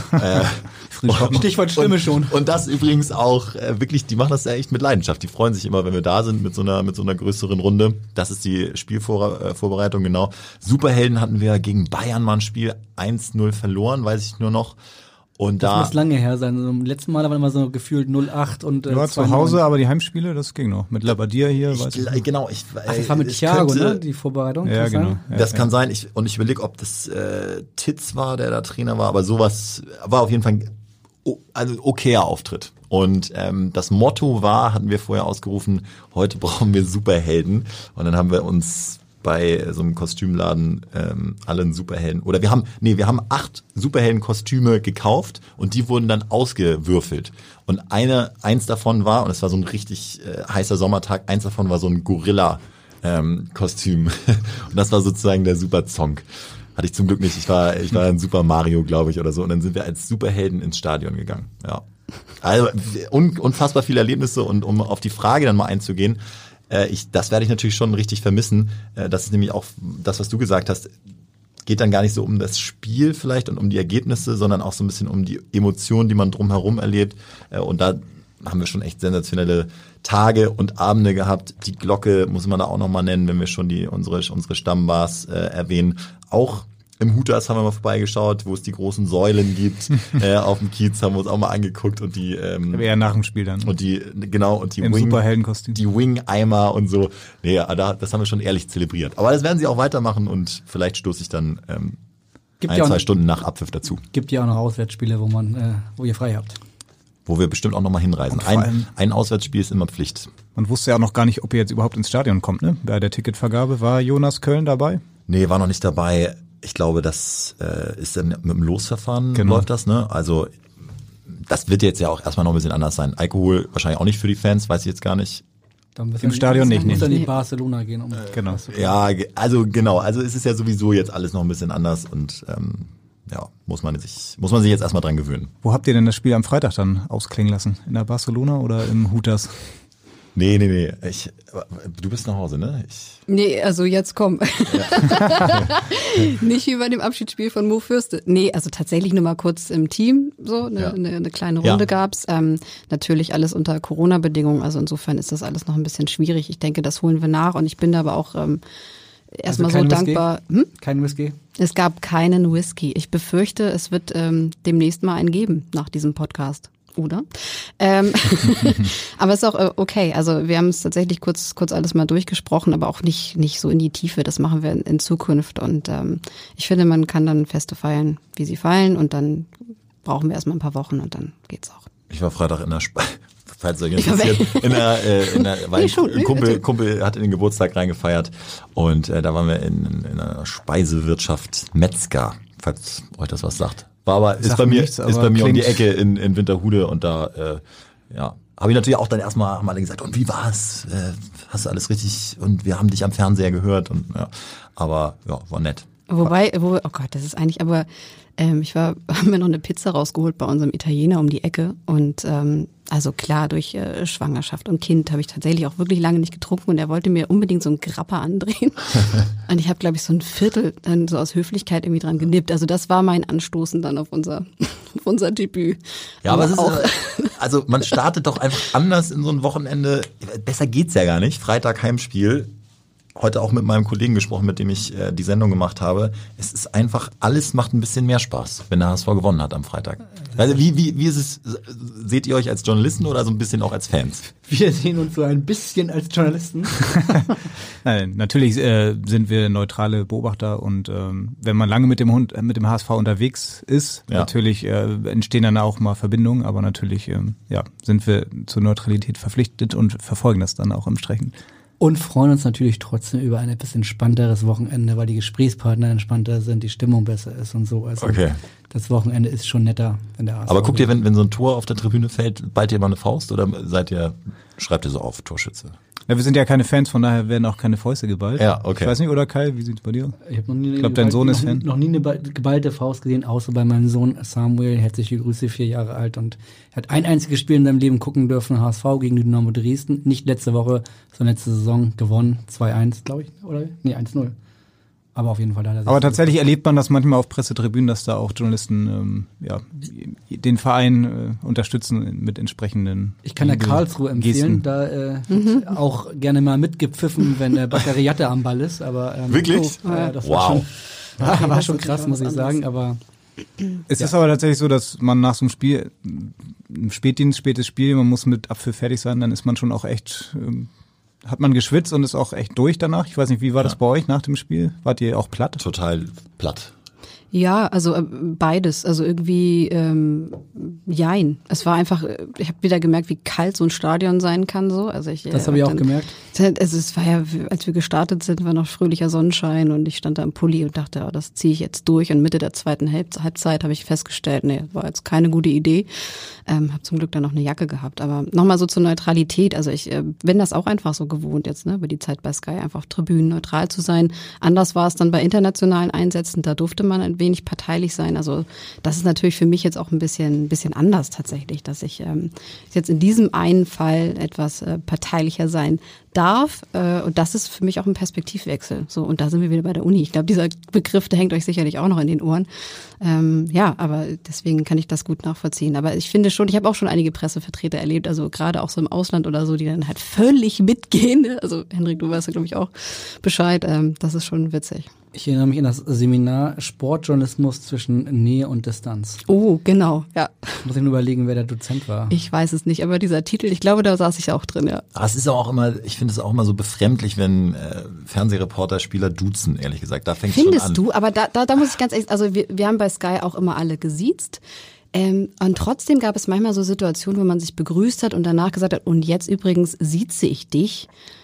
Stichwort Stimme schon. Und das übrigens auch wirklich, die machen das ja echt mit Leidenschaft. Die freuen sich immer, wenn wir da sind mit so einer größeren Runde. Das ist die Spielvorbereitung, genau. Superhelden hatten wir gegen Bayern mal ein Spiel 1-0 verloren, weiß ich nur noch. Und das muss lange her sein. Im letzten Mal haben wir immer so gefühlt 0-8 und ja, zu Hause, aber die Heimspiele, das ging noch. Mit Labadia hier. Genau. Das war mit Thiago, ne? Die Vorbereitung. Ja, genau. Das kann sein. Ich überlege, ob das Titz war, der da Trainer war, aber sowas war auf jeden Fall ein okayer Auftritt. Und das Motto hatten wir vorher ausgerufen, heute brauchen wir Superhelden. Und dann haben wir uns bei so einem Kostümladen alle einen Superhelden, oder wir haben 8 Superheldenkostüme gekauft und die wurden dann ausgewürfelt. Und eins davon war, und es war so ein richtig heißer Sommertag, eins davon war so ein Gorilla-Kostüm. Und das war sozusagen der Superzonk. Hatte ich zum Glück nicht. Ich war ein Super Mario, glaube ich, oder so. Und dann sind wir als Superhelden ins Stadion gegangen. Ja. Also unfassbar viele Erlebnisse. Und um auf die Frage dann mal einzugehen, das werde ich natürlich schon richtig vermissen. Das ist nämlich auch das, was du gesagt hast. Geht dann gar nicht so um das Spiel vielleicht und um die Ergebnisse, sondern auch so ein bisschen um die Emotionen, die man drumherum erlebt. Und da haben wir schon echt sensationelle Tage und Abende gehabt. Die Glocke muss man da auch nochmal nennen, wenn wir schon unsere Stammbars erwähnen. Auch Im Hooters haben wir mal vorbeigeschaut, wo es die großen Säulen gibt. Auf dem Kiez haben wir uns auch mal angeguckt und die aber eher nach dem Spiel dann. Und die im Superheldenkostüm. Die Wing-Eimer und so. Nee, das haben wir schon ehrlich zelebriert. Aber das werden sie auch weitermachen und vielleicht stoße ich dann 1-2 Stunden nach Abpfiff dazu. Gibt ja auch noch Auswärtsspiele, wo ihr frei habt. Wo wir bestimmt auch nochmal hinreisen. Ein Auswärtsspiel ist immer Pflicht. Man wusste ja auch noch gar nicht, ob ihr jetzt überhaupt ins Stadion kommt, ne? Bei der Ticketvergabe war Jonas Köln dabei? Nee, war noch nicht dabei. Ich glaube, das ist dann mit dem Losverfahren läuft das, ne? Also das wird jetzt ja auch erstmal noch ein bisschen anders sein. Alkohol wahrscheinlich auch nicht für die Fans, weiß ich jetzt gar nicht. Im Stadion nicht. Muss dann in Barcelona gehen. Genau. Ja, also genau. Also es ist ja sowieso jetzt alles noch ein bisschen anders und muss man sich jetzt erstmal dran gewöhnen. Wo habt ihr denn das Spiel am Freitag dann ausklingen lassen? In der Barcelona oder im Hooters? Nee. Du bist nach Hause, ne? Nee, also jetzt komm. Ja. Nicht wie bei dem Abschiedsspiel von Mo Fürste. Nee, also tatsächlich nur mal kurz im Team, so eine kleine Runde gab's. Natürlich alles unter Corona-Bedingungen, also insofern ist das alles noch ein bisschen schwierig. Ich denke, das holen wir nach und ich bin da aber auch erstmal so dankbar. Kein Whisky? Es gab keinen Whisky. Ich befürchte, es wird demnächst mal einen geben nach diesem Podcast. Oder? Aber es ist auch okay. Also wir haben es tatsächlich kurz alles mal durchgesprochen, aber auch nicht so in die Tiefe. Das machen wir in Zukunft. Und ich finde, man kann dann Feste feiern, wie sie fallen. Und dann brauchen wir erstmal ein paar Wochen und dann geht's auch. Ich war Freitag in der falls euch interessiert, weil Kumpel hat in den Geburtstag reingefeiert. Und da waren wir in einer Speisewirtschaft Metzger, falls euch das was sagt. Ist bei mir um die Ecke in Winterhude und da habe ich natürlich auch dann haben alle gesagt, und wie war's? Hast du alles richtig? Und wir haben dich am Fernseher gehört und aber war nett. Wobei, oh Gott, das ist eigentlich, aber haben mir noch eine Pizza rausgeholt bei unserem Italiener um die Ecke und also klar, durch Schwangerschaft und Kind habe ich tatsächlich auch wirklich lange nicht getrunken und er wollte mir unbedingt so einen Grappa andrehen und ich habe, glaube ich, so ein Viertel dann so aus Höflichkeit irgendwie dran genippt. Also das war mein Anstoßen dann auf unser Debüt. Ja, aber es ist also man startet doch einfach anders in so ein Wochenende. Besser geht's ja gar nicht. Freitag Heimspiel. Heute auch mit meinem Kollegen gesprochen, mit dem ich die Sendung gemacht habe. Es ist einfach, alles macht ein bisschen mehr Spaß, wenn der HSV gewonnen hat am Freitag. Also wie ist es, seht ihr euch als Journalisten oder so ein bisschen auch als Fans? Wir sehen uns so ein bisschen als Journalisten. Nein, natürlich sind wir neutrale Beobachter und wenn man lange mit dem HSV unterwegs ist, natürlich entstehen dann auch mal Verbindungen, aber natürlich sind wir zur Neutralität verpflichtet und verfolgen das dann auch entsprechend. Und freuen uns natürlich trotzdem über ein etwas entspannteres Wochenende, weil die Gesprächspartner entspannter sind, die Stimmung besser ist und so. Also das Wochenende ist schon netter, wenn der HSV. Aber guckt ihr, wenn so ein Tor auf der Tribüne fällt, ballt ihr mal eine Faust oder schreibt ihr so auf, Torschütze? Ja, wir sind ja keine Fans, von daher werden auch keine Fäuste geballt. Ja, okay. Ich weiß nicht, oder Kai, wie sieht's bei dir aus? Ich glaube, dein Sohn ist Fan. Noch nie eine geballte Faust gesehen, außer bei meinem Sohn Samuel. Herzliche Grüße, 4 Jahre alt und hat ein einziges Spiel in seinem Leben gucken dürfen, HSV gegen die Dynamo Dresden. Nicht letzte Woche, sondern letzte Saison gewonnen, 2-1, glaube ich, oder? Nee, 1-0. Aber auf jeden Fall. Aber tatsächlich erlebt man das manchmal auf Pressetribünen, dass da auch Journalisten den Verein unterstützen mit entsprechenden. Ich kann der Karlsruhe empfehlen, da auch gerne mal mitgepfiffen, wenn der Baccariatte am Ball ist. Aber wirklich? Das war schon krass, muss ich sagen. Aber es ist aber tatsächlich so, dass man nach so einem Spiel, im Spätdienst, spätes Spiel, man muss mit Abpfiff fertig sein, dann ist man schon auch echt. Hat man geschwitzt und ist auch echt durch danach? Ich weiß nicht, wie war das bei euch nach dem Spiel? Wart ihr auch platt? Total platt. Ja, also beides. Also irgendwie jein. Es war einfach, ich habe wieder gemerkt, wie kalt so ein Stadion sein kann. So. Also das habe ich auch gemerkt. Es war ja, als wir gestartet sind, war noch fröhlicher Sonnenschein und ich stand da im Pulli und dachte, das ziehe ich jetzt durch. Und Mitte der zweiten Halbzeit habe ich festgestellt, war jetzt keine gute Idee. Habe zum Glück dann noch eine Jacke gehabt. Aber nochmal so zur Neutralität. Also ich bin das auch einfach so gewohnt jetzt, über die Zeit bei Sky einfach tribünenneutral zu sein. Anders war es dann bei internationalen Einsätzen. Da durfte man ein wenig parteilich sein. Also das ist natürlich für mich jetzt auch ein bisschen anders tatsächlich, dass ich jetzt in diesem einen Fall etwas parteilicher sein darf. Und das ist für mich auch ein Perspektivwechsel. So, und da sind wir wieder bei der Uni. Ich glaube, dieser Begriff, der hängt euch sicherlich auch noch in den Ohren. Ja, aber deswegen kann ich das gut nachvollziehen. Aber ich finde schon, ich habe auch schon einige Pressevertreter erlebt, also gerade auch so im Ausland oder so, die dann halt völlig mitgehen. Also Henrik, du weißt ja, glaube ich, auch Bescheid. Das ist schon witzig. Ich erinnere mich an das Seminar Sportjournalismus zwischen Nähe und Distanz. Oh, genau, ja. Muss ich nur überlegen, wer der Dozent war. Ich weiß es nicht, aber dieser Titel, ich glaube, da saß ich auch drin, ja. Aber es ist auch immer, ich finde es auch immer so befremdlich, wenn Fernsehreporter Spieler duzen, ehrlich gesagt. Da fängt es schon an. Findest du? Aber da muss ich ganz ehrlich, also wir haben bei Sky auch immer alle gesiezt. Und trotzdem gab es manchmal so Situationen, wo man sich begrüßt hat und danach gesagt hat, und jetzt übrigens sieze ich dich.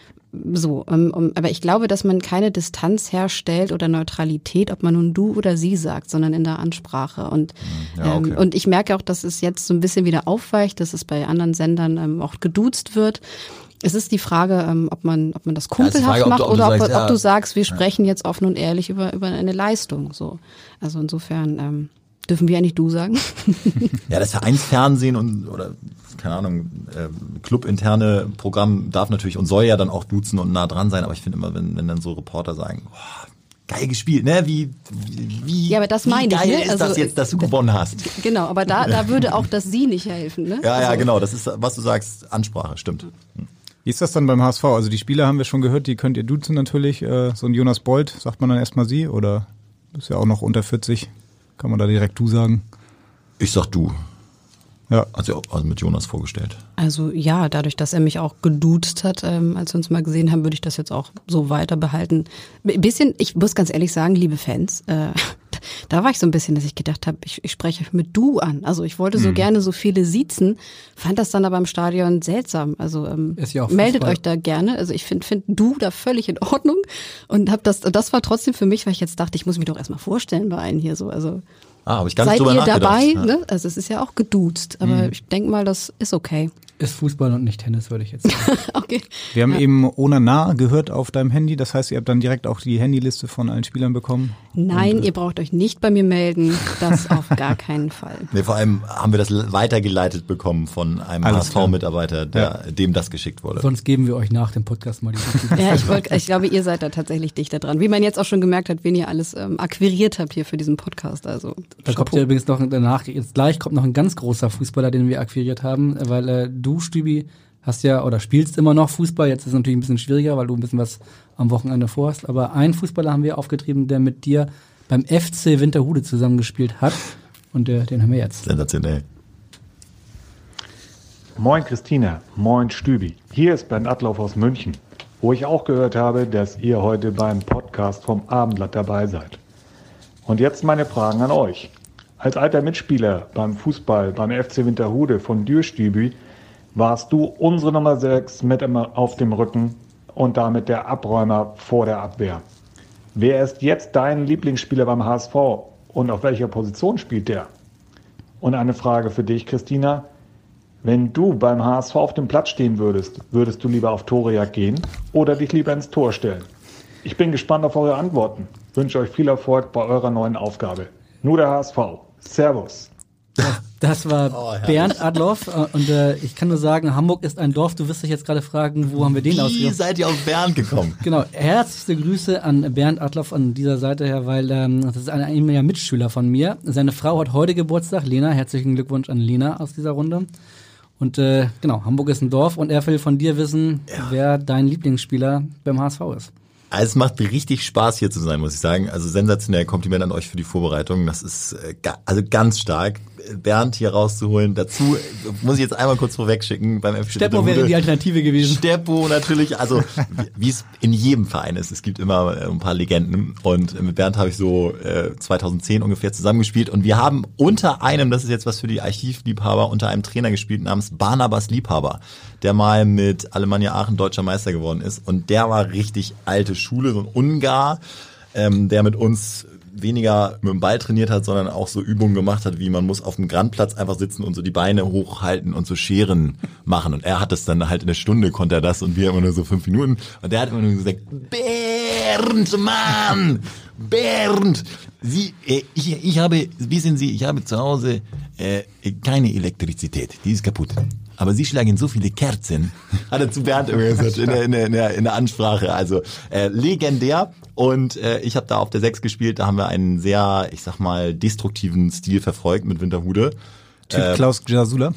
So, aber ich glaube, dass man keine Distanz herstellt oder Neutralität, ob man nun du oder sie sagt, sondern in der Ansprache. Und ja, okay. Und ich merke auch, dass es jetzt so ein bisschen wieder aufweicht, dass es bei anderen Sendern auch geduzt wird. Es ist die Frage, ob man das kumpelhaft macht oder ob du sagst, wir sprechen jetzt offen und ehrlich über eine Leistung. So, also insofern dürfen wir eigentlich du sagen? Ja, das Vereinsfernsehen oder keine Ahnung, clubinterne Programm darf natürlich und soll ja dann auch duzen und nah dran sein, aber ich finde immer, wenn dann so Reporter sagen, oh, geil gespielt, ne? Wie ja, aber das meine geil ich, ne? ist das jetzt, dass du gewonnen hast? Genau, aber da würde auch das Sie nicht helfen, ne? Ja, ja, genau, das ist, was du sagst, Ansprache, stimmt. Wie ist das dann beim HSV? Also die Spieler haben wir schon gehört, die könnt ihr duzen natürlich. So ein Jonas Bold, sagt man dann erstmal Sie oder ist ja auch noch unter 40? Kann man da direkt du sagen? Ich sag du. Ja. Also mit Jonas vorgestellt. Also ja, dadurch, dass er mich auch geduzt hat, als wir uns mal gesehen haben, würde ich das jetzt auch so weiter behalten. Ein bisschen, ich muss ganz ehrlich sagen, liebe Fans, da war ich so ein bisschen, dass ich gedacht habe, ich spreche mit du an. Also ich wollte so gerne so viele siezen, fand das dann aber im Stadion seltsam. Also ja meldet euch da gerne. Also ich finde du da völlig in Ordnung und habe das war trotzdem für mich, weil ich jetzt dachte, ich muss mich doch erstmal vorstellen bei allen hier so. Also habe ich gar nicht seid drüber ihr nachgedacht. dabei? Ja. Ne? Also es ist ja auch geduzt, aber ich denke mal, das ist okay. Ist Fußball und nicht Tennis, würde ich jetzt sagen. Okay. Wir haben eben Onana gehört auf deinem Handy, das heißt, ihr habt dann direkt auch die Handyliste von allen Spielern bekommen? Nein, ihr braucht euch nicht bei mir melden, das auf gar keinen Fall. Nee, vor allem haben wir das weitergeleitet bekommen von einem HSV-Mitarbeiter, dem das geschickt wurde. Sonst geben wir euch nach dem Podcast mal die Ja, ich glaube, ihr seid da tatsächlich dichter dran. Wie man jetzt auch schon gemerkt hat, wen ihr alles akquiriert habt hier für diesen Podcast. Also da kommt ja übrigens noch danach, jetzt gleich kommt noch ein ganz großer Fußballer, den wir akquiriert haben, weil du, Stübi, hast ja oder spielst immer noch Fußball. Jetzt ist es natürlich ein bisschen schwieriger, weil du ein bisschen was am Wochenende vorhast. Aber einen Fußballer haben wir aufgetrieben, der mit dir beim FC Winterhude zusammengespielt hat. Und den haben wir jetzt. Sensationell. Moin Christina, moin Stübi. Hier ist Bernd Adloff aus München, wo ich auch gehört habe, dass ihr heute beim Podcast vom Abendblatt dabei seid. Und jetzt meine Fragen an euch. Als alter Mitspieler beim Fußball beim FC Winterhude von dir, Stübi, warst du unsere Nummer 6 mit immer auf dem Rücken und damit der Abräumer vor der Abwehr. Wer ist jetzt dein Lieblingsspieler beim HSV und auf welcher Position spielt der? Und eine Frage für dich, Christina. Wenn du beim HSV auf dem Platz stehen würdest, würdest du lieber auf Torejagd gehen oder dich lieber ins Tor stellen? Ich bin gespannt auf eure Antworten. Wünsche euch viel Erfolg bei eurer neuen Aufgabe. Nur der HSV. Servus. Das war Bernd Adloff und ich kann nur sagen, Hamburg ist ein Dorf. Du wirst dich jetzt gerade fragen, wo haben wir den ausgesucht? Wie seid ihr auf Bernd gekommen? Genau, herzlichste Grüße an Bernd Adloff an dieser Seite her, weil das ist ein ehemaliger Mitschüler von mir. Seine Frau hat heute Geburtstag, Lena. Herzlichen Glückwunsch an Lena aus dieser Runde. Und genau, Hamburg ist ein Dorf und er will von dir wissen, wer dein Lieblingsspieler beim HSV ist. Also es macht richtig Spaß, hier zu sein, muss ich sagen. Also sensationell, Kompliment an euch für die Vorbereitung. Das ist also ganz stark, Bernd hier rauszuholen. Dazu muss ich jetzt einmal kurz vorwegschicken. Beim FC Steppo wäre die Alternative gewesen. Steppo natürlich, also wie es in jedem Verein ist. Es gibt immer ein paar Legenden. Und mit Bernd habe ich so 2010 ungefähr zusammengespielt. Und wir haben unter einem, das ist jetzt was für die Archivliebhaber, unter einem Trainer gespielt namens Barnabas Liebhaber, der mal mit Alemannia Aachen deutscher Meister geworden ist. Und der war richtig alte Schule, so ein Ungar, der mit uns weniger mit dem Ball trainiert hat, sondern auch so Übungen gemacht hat, wie man muss auf dem Grandplatz einfach sitzen und so die Beine hochhalten und so Scheren machen. Und er hat das dann halt in der Stunde, konnte er das und wir immer nur so 5 Minuten. Und der hat immer nur gesagt, Bernd, Mann, Bernd, wissen Sie, ich habe zu Hause keine Elektrizität, die ist kaputt. aber Sie schlagen so viele Kerzen. Hat er zu Bernd gesagt in der Ansprache. Also legendär. Und ich habe da auf der 6 gespielt. Da haben wir einen sehr, ich sag mal, destruktiven Stil verfolgt mit Winterhude. Typ Klaus Jasula.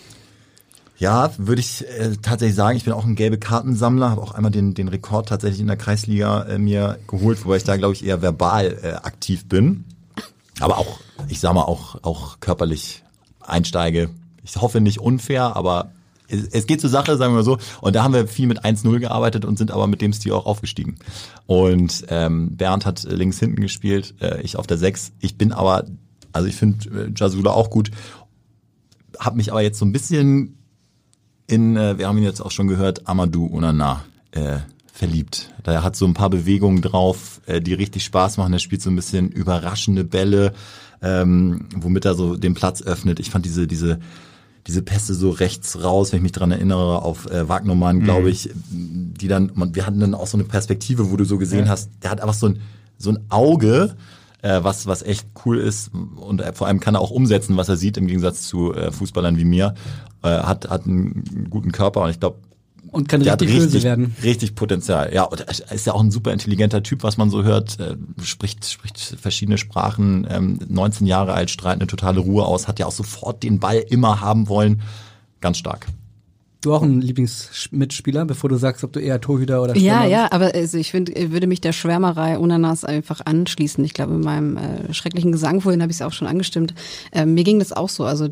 Ja, würde ich tatsächlich sagen. Ich bin auch ein gelbe Kartensammler. Habe auch einmal den Rekord tatsächlich in der Kreisliga mir geholt, wobei ich da, glaube ich, eher verbal aktiv bin. Aber auch, ich sag mal, auch körperlich einsteige. Ich hoffe nicht unfair, aber es geht zur Sache, sagen wir mal so. Und da haben wir viel mit 1-0 gearbeitet und sind aber mit dem Stil auch aufgestiegen. Und Bernd hat links hinten gespielt, ich auf der 6. Ich bin aber, also ich finde Jasula auch gut, habe mich aber jetzt so ein bisschen wir haben ihn jetzt auch schon gehört, Amadou Onana verliebt. Der hat so ein paar Bewegungen drauf, die richtig Spaß machen. Er spielt so ein bisschen überraschende Bälle, womit er so den Platz öffnet. Ich fand diese Pässe so rechts raus, wenn ich mich dran erinnere, auf Wagnermann, glaube ich, die dann, wir hatten dann auch so eine Perspektive, wo du so gesehen hast, der hat einfach so ein Auge, was echt cool ist, und vor allem kann er auch umsetzen, was er sieht, im Gegensatz zu Fußballern wie mir. Hat einen guten Körper und ich glaube, und kann richtig böse werden. Richtig Potenzial. Ja, und er ist ja auch ein super intelligenter Typ, was man so hört. Spricht verschiedene Sprachen, 19 Jahre alt, strahlt eine totale Ruhe aus, hat ja auch sofort den Ball immer haben wollen. Ganz stark. Du auch einen Lieblingsmitspieler, bevor du sagst, ob du eher Torhüter oder Stürmer bist? Ja, aber also ich würde mich der Schwärmerei Onanas einfach anschließen. Ich glaube, in meinem schrecklichen Gesang vorhin habe ich es auch schon angestimmt. Mir ging das auch so. Also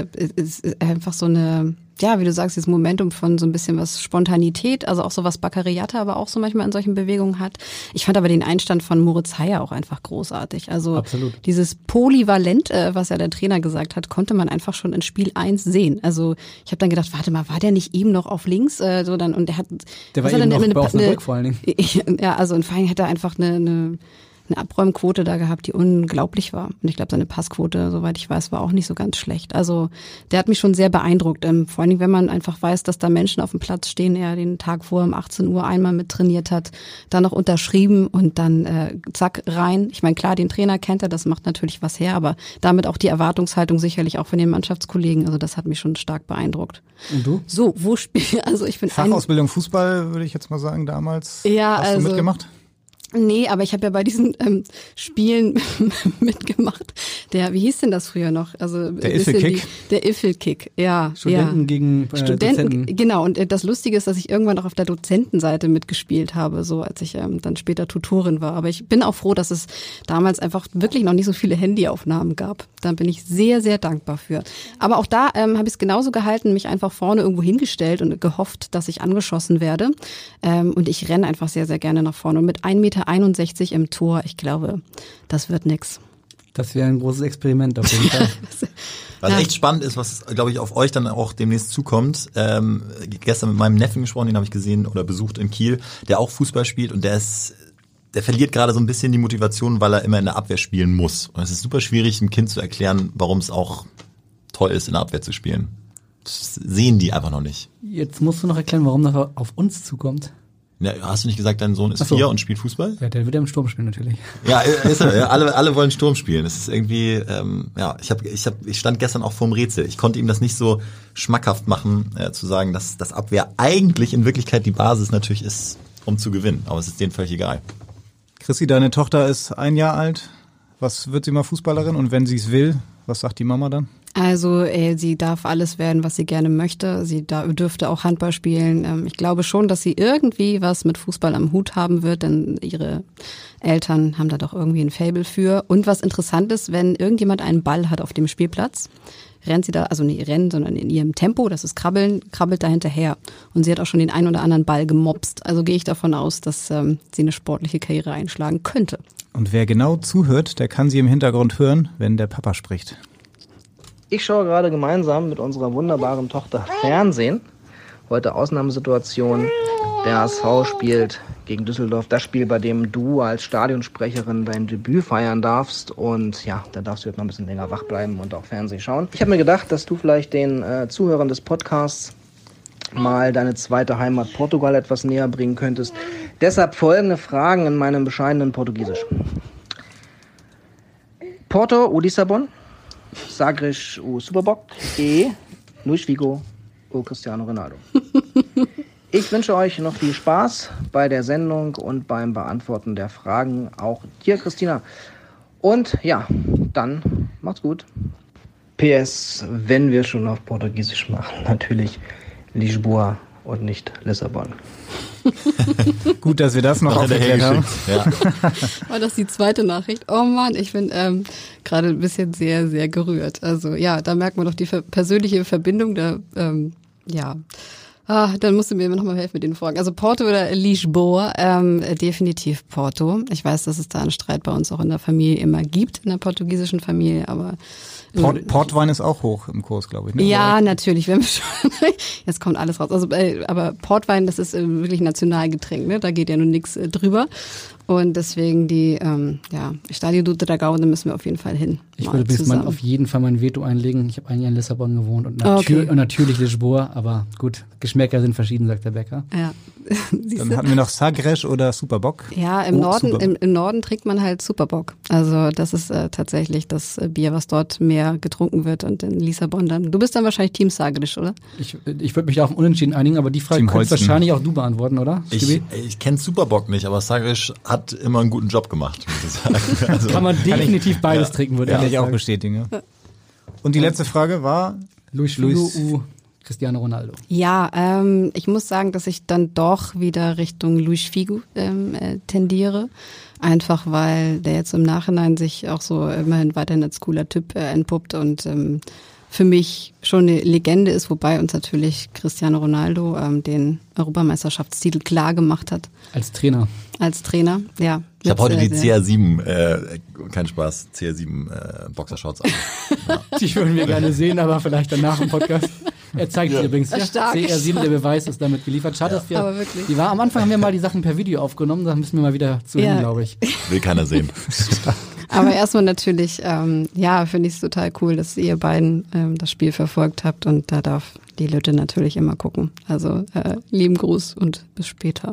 ist einfach so eine, ja, wie du sagst, dieses Momentum von so ein bisschen was Spontanität, also auch so was Baccariata, aber auch so manchmal in solchen Bewegungen hat. Ich fand aber den Einstand von Moritz Heyer auch einfach großartig. Also absolut. Dieses Polyvalent, was ja der Trainer gesagt hat, konnte man einfach schon in Spiel 1 sehen. Also ich habe dann gedacht, warte mal, war der nicht eben noch auf links? Und der hat, der war eben noch bei Osnabrück vor allen Dingen. Ja, also und vor allem hat er einfach eine Abräumquote da gehabt, die unglaublich war. Und ich glaube, seine Passquote, soweit ich weiß, war auch nicht so ganz schlecht. Also der hat mich schon sehr beeindruckt. Vor allen Dingen, wenn man einfach weiß, dass da Menschen auf dem Platz stehen, er den Tag vorher um 18 Uhr einmal mit trainiert hat, dann noch unterschrieben und dann zack, rein. Ich meine, klar, den Trainer kennt er, das macht natürlich was her, aber damit auch die Erwartungshaltung sicherlich auch von den Mannschaftskollegen. Also das hat mich schon stark beeindruckt. Und du? So, wo spiele also ich bin Fachausbildung Fußball, würde ich jetzt mal sagen, damals. Ja, hast du mitgemacht? Nee, aber ich habe ja bei diesen Spielen mitgemacht. Wie hieß denn das früher noch? Also der Iffelkick. Der Iffelkick, ja. Studenten gegen Dozenten. Genau, und das Lustige ist, dass ich irgendwann auch auf der Dozentenseite mitgespielt habe, so als ich dann später Tutorin war. Aber ich bin auch froh, dass es damals einfach wirklich noch nicht so viele Handyaufnahmen gab. Da bin ich sehr, sehr dankbar für. Aber auch da habe ich es genauso gehalten, mich einfach vorne irgendwo hingestellt und gehofft, dass ich angeschossen werde. Und ich renne einfach sehr, sehr gerne nach vorne. Und mit 1,61 Meter im Tor, ich glaube, das wird nix. Das wäre ein großes Experiment auf jeden Fall. Was echt spannend ist, was, glaube ich, auf euch dann auch demnächst zukommt. Gestern mit meinem Neffen gesprochen, den habe ich gesehen oder besucht in Kiel, der auch Fußball spielt und der verliert gerade so ein bisschen die Motivation, weil er immer in der Abwehr spielen muss. Und es ist super schwierig, einem Kind zu erklären, warum es auch toll ist, in der Abwehr zu spielen. Das sehen die einfach noch nicht. Jetzt musst du noch erklären, warum das auf uns zukommt. Ja, hast du nicht gesagt, dein Sohn ist 4 und spielt Fußball? Ja, der wird ja im Sturm spielen natürlich. Ja, ist er. Ja, alle wollen Sturm spielen. Es ist irgendwie, ich stand gestern auch vorm Rätsel. Ich konnte ihm das nicht so schmackhaft machen, zu sagen, dass das Abwehr eigentlich in Wirklichkeit die Basis natürlich ist, um zu gewinnen. Aber es ist denen völlig egal. Chrissy, deine Tochter ist 1 Jahr alt. Was wird sie mal Fußballerin? Und wenn sie es will, was sagt die Mama dann? Also sie darf alles werden, was sie gerne möchte. Sie dürfte auch Handball spielen. Ich glaube schon, dass sie irgendwie was mit Fußball am Hut haben wird, denn ihre Eltern haben da doch irgendwie ein Faible für. Und was interessant ist, wenn irgendjemand einen Ball hat auf dem Spielplatz, rennt sie da, also nicht rennen, sondern in ihrem Tempo, das ist Krabbeln, krabbelt da hinterher. Und sie hat auch schon den einen oder anderen Ball gemopst. Also gehe ich davon aus, dass sie eine sportliche Karriere einschlagen könnte. Und wer genau zuhört, der kann sie im Hintergrund hören, wenn der Papa spricht. Ich schaue gerade gemeinsam mit unserer wunderbaren Tochter Fernsehen. Heute Ausnahmesituation. Der HSV spielt gegen Düsseldorf. Das Spiel, bei dem du als Stadionsprecherin dein Debüt feiern darfst. Und ja, da darfst du jetzt noch ein bisschen länger wach bleiben und auch Fernsehen schauen. Ich habe mir gedacht, dass du vielleicht den Zuhörern des Podcasts mal deine zweite Heimat Portugal etwas näher bringen könntest. Deshalb folgende Fragen in meinem bescheidenen Portugiesisch. Porto ou Lissabon? Sagres o Superboc e Luís Figo Go Cristiano Ronaldo. Ich wünsche euch noch viel Spaß bei der Sendung und beim Beantworten der Fragen. Auch dir, Christina. Und ja, dann macht's gut. PS, wenn wir schon auf Portugiesisch machen, natürlich Lisboa und nicht Lissabon. Gut, dass wir das noch aufgeklärt haben. Ja. War das die zweite Nachricht? Oh Mann, ich bin gerade ein bisschen sehr, sehr gerührt. Also ja, da merkt man doch die persönliche Verbindung. Da, ja. Dann musst du mir nochmal helfen mit den Fragen. Also Porto oder Lisboa? Definitiv Porto. Ich weiß, dass es da einen Streit bei uns auch in der Familie immer gibt, in der portugiesischen Familie, aber Portwein ist auch hoch im Kurs, glaube ich. Ne? Ja, natürlich. Wenn wir schon, jetzt kommt alles raus. Also, aber Portwein, das ist wirklich Nationalgetränk, ne? Da geht ja nun nichts drüber. Und deswegen die Estádio do Dragão, da müssen wir auf jeden Fall hin. Ich würde bis mal auf jeden Fall mein Veto einlegen. Ich habe eigentlich in Lissabon gewohnt und natürlich Lisboa, aber gut, Geschmäcker sind verschieden, sagt der Bäcker. Ja. Dann hatten wir noch Sagres oder Superbock. Ja, im Norden trinkt man halt Superbock. Also das ist tatsächlich das Bier, was dort mehr getrunken wird, und in Lissabon dann. Du bist dann wahrscheinlich Team Sagres, oder? Ich würde mich da auf Unentschieden einigen, aber die Frage könntest wahrscheinlich auch du beantworten, oder? Ich kenne Superbock nicht, aber Sagres hat immer einen guten Job gemacht, muss ich sagen. Also, kann man definitiv beides trinken, würde ich auch bestätigen. Ja. Und die letzte Frage war Luis Cristiano Ronaldo. Ja, ich muss sagen, dass ich dann doch wieder Richtung Luis Figo tendiere. Einfach weil der jetzt im Nachhinein sich auch so immerhin weiterhin als cooler Typ entpuppt und für mich schon eine Legende ist, wobei uns natürlich Cristiano Ronaldo den Europameisterschaftstitel klar gemacht hat. Als Trainer, ja. Ich habe heute die CR7, kein Spaß, CR7 Boxershorts an. Ja. Die würden wir gerne sehen, aber vielleicht danach im Podcast. Er zeigt sie übrigens. Ja. CR7, der Beweis ist damit geliefert. Schade, dass wir, am Anfang haben wir mal die Sachen per Video aufgenommen, da müssen wir mal wieder zu hin, glaube ich. Will keiner sehen. Aber erstmal natürlich, finde ich es total cool, dass ihr beiden das Spiel verfolgt habt, und da darf die Lütte natürlich immer gucken. Also lieben Gruß und bis später.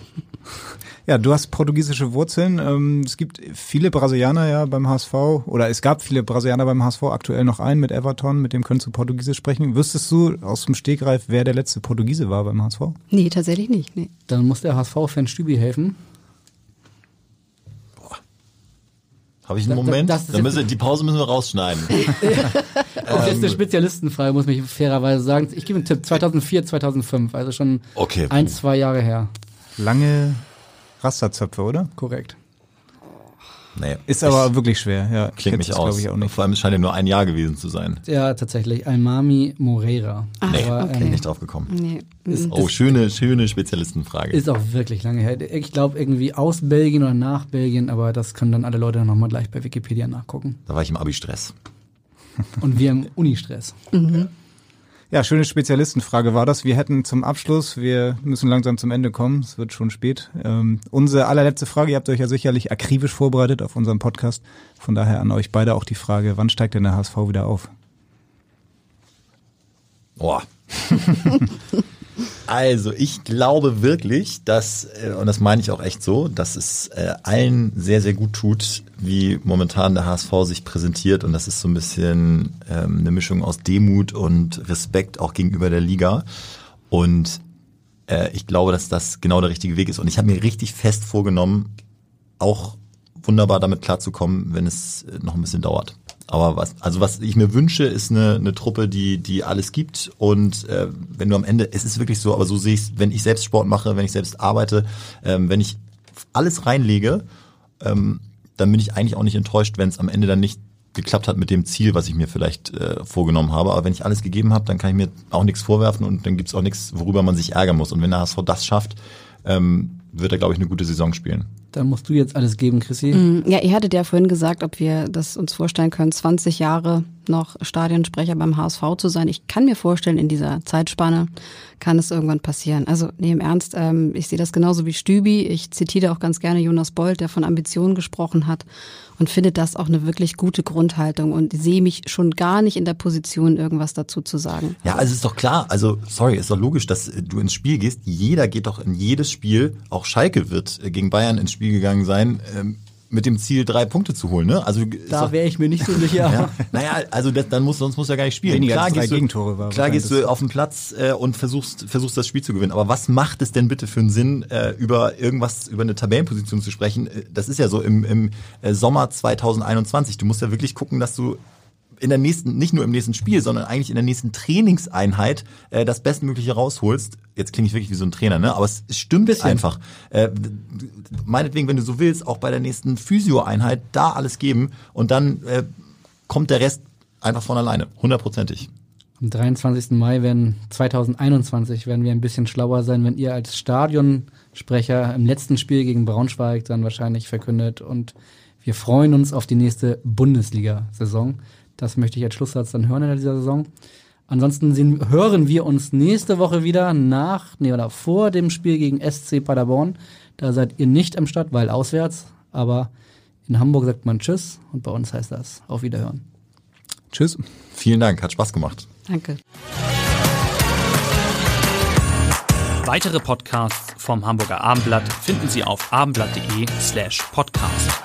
Ja, du hast portugiesische Wurzeln. Es gibt viele Brasilianer ja beim HSV, oder es gab viele Brasilianer beim HSV, aktuell noch einen mit Everton, mit dem könntest du Portugiesisch sprechen. Wüsstest du aus dem Stegreif, wer der letzte Portugiese war beim HSV? Nee, tatsächlich nicht. Nee. Dann muss der HSV-Fan Stübi helfen. Habe ich einen Moment? Die Pause müssen wir rausschneiden. Das ist eine Spezialistenfrage, muss ich fairerweise sagen. Ich gebe einen Tipp, 2004, 2005, also schon 1-2 Jahre her. Lange Rasterzöpfe, oder? Korrekt. Nee, ist aber wirklich schwer. Ja, klingt mich aus. Ich auch nicht. Vor allem, es scheint ja nur ein Jahr gewesen zu sein. Ja, tatsächlich. Almami Moreira. Bin nicht drauf gekommen. Nee. Schöne Spezialistenfrage. Ist auch wirklich lange her. Ich glaube irgendwie aus Belgien oder nach Belgien, aber das können dann alle Leute nochmal gleich bei Wikipedia nachgucken. Da war ich im Abi-Stress. Und wir im Uni-Stress. Mhm. Ja, schöne Spezialistenfrage war das. Wir hätten zum Abschluss, wir müssen langsam zum Ende kommen, es wird schon spät. Unsere allerletzte Frage, ihr habt euch ja sicherlich akribisch vorbereitet auf unserem Podcast. Von daher an euch beide auch die Frage, wann steigt denn der HSV wieder auf? Boah. Also ich glaube wirklich, dass, und das meine ich auch echt so, dass es allen sehr, sehr gut tut, wie momentan der HSV sich präsentiert, und das ist so ein bisschen eine Mischung aus Demut und Respekt auch gegenüber der Liga, und ich glaube, dass das genau der richtige Weg ist, und ich habe mir richtig fest vorgenommen, auch wunderbar damit klarzukommen, wenn es noch ein bisschen dauert. Aber was ich mir wünsche, ist eine Truppe, die alles gibt, und wenn du am Ende, es ist wirklich so, aber so sehe ich es, wenn ich selbst Sport mache, wenn ich selbst arbeite, wenn ich alles reinlege, dann bin ich eigentlich auch nicht enttäuscht, wenn es am Ende dann nicht geklappt hat mit dem Ziel, was ich mir vielleicht vorgenommen habe. Aber wenn ich alles gegeben habe, dann kann ich mir auch nichts vorwerfen, und dann gibt es auch nichts, worüber man sich ärgern muss. Und wenn der HSV das schafft, wird er, glaube ich, eine gute Saison spielen. Dann musst du jetzt alles geben, Chrissy. Ja, ihr hattet ja vorhin gesagt, ob wir das uns vorstellen können, 20 Jahre noch Stadionsprecher beim HSV zu sein. Ich kann mir vorstellen, in dieser Zeitspanne kann es irgendwann passieren. Also nee, im Ernst, ich sehe das genauso wie Stübi. Ich zitiere auch ganz gerne Jonas Bold, der von Ambitionen gesprochen hat, und finde das auch eine wirklich gute Grundhaltung und sehe mich schon gar nicht in der Position, irgendwas dazu zu sagen. Ja, also ist doch klar, ist doch logisch, dass du ins Spiel gehst. Jeder geht doch in jedes Spiel, auch Schalke wird gegen Bayern ins Spiel gegangen sein, mit dem Ziel 3 Punkte zu holen, ne? Also da wäre ich mir nicht so sicher. Ja, naja, also sonst musst du ja gar nicht spielen. Weniger Klar als 3 gehst Gegentore war. Klar gehst du auf den Platz und versuchst das Spiel zu gewinnen. Aber was macht es denn bitte für einen Sinn, über eine Tabellenposition zu sprechen? Das ist ja so im Sommer 2021. Du musst ja wirklich gucken, dass du nicht nur im nächsten Spiel, sondern eigentlich in der nächsten Trainingseinheit das Bestmögliche rausholst. Jetzt klinge ich wirklich wie so ein Trainer, ne? Aber es stimmt einfach. Meinetwegen, wenn du so willst, auch bei der nächsten Physio-Einheit da alles geben und dann kommt der Rest einfach von alleine, 100%. Am 23. Mai 2021 werden wir ein bisschen schlauer sein, wenn ihr als Stadionsprecher im letzten Spiel gegen Braunschweig dann wahrscheinlich verkündet und wir freuen uns auf die nächste Bundesliga-Saison. Das möchte ich als Schlusssatz dann hören in dieser Saison. Ansonsten hören wir uns nächste Woche wieder vor dem Spiel gegen SC Paderborn. Da seid ihr nicht am Start, weil auswärts. Aber in Hamburg sagt man Tschüss und bei uns heißt das Auf Wiederhören. Tschüss. Vielen Dank, hat Spaß gemacht. Danke. Weitere Podcasts vom Hamburger Abendblatt finden Sie auf abendblatt.de/podcast.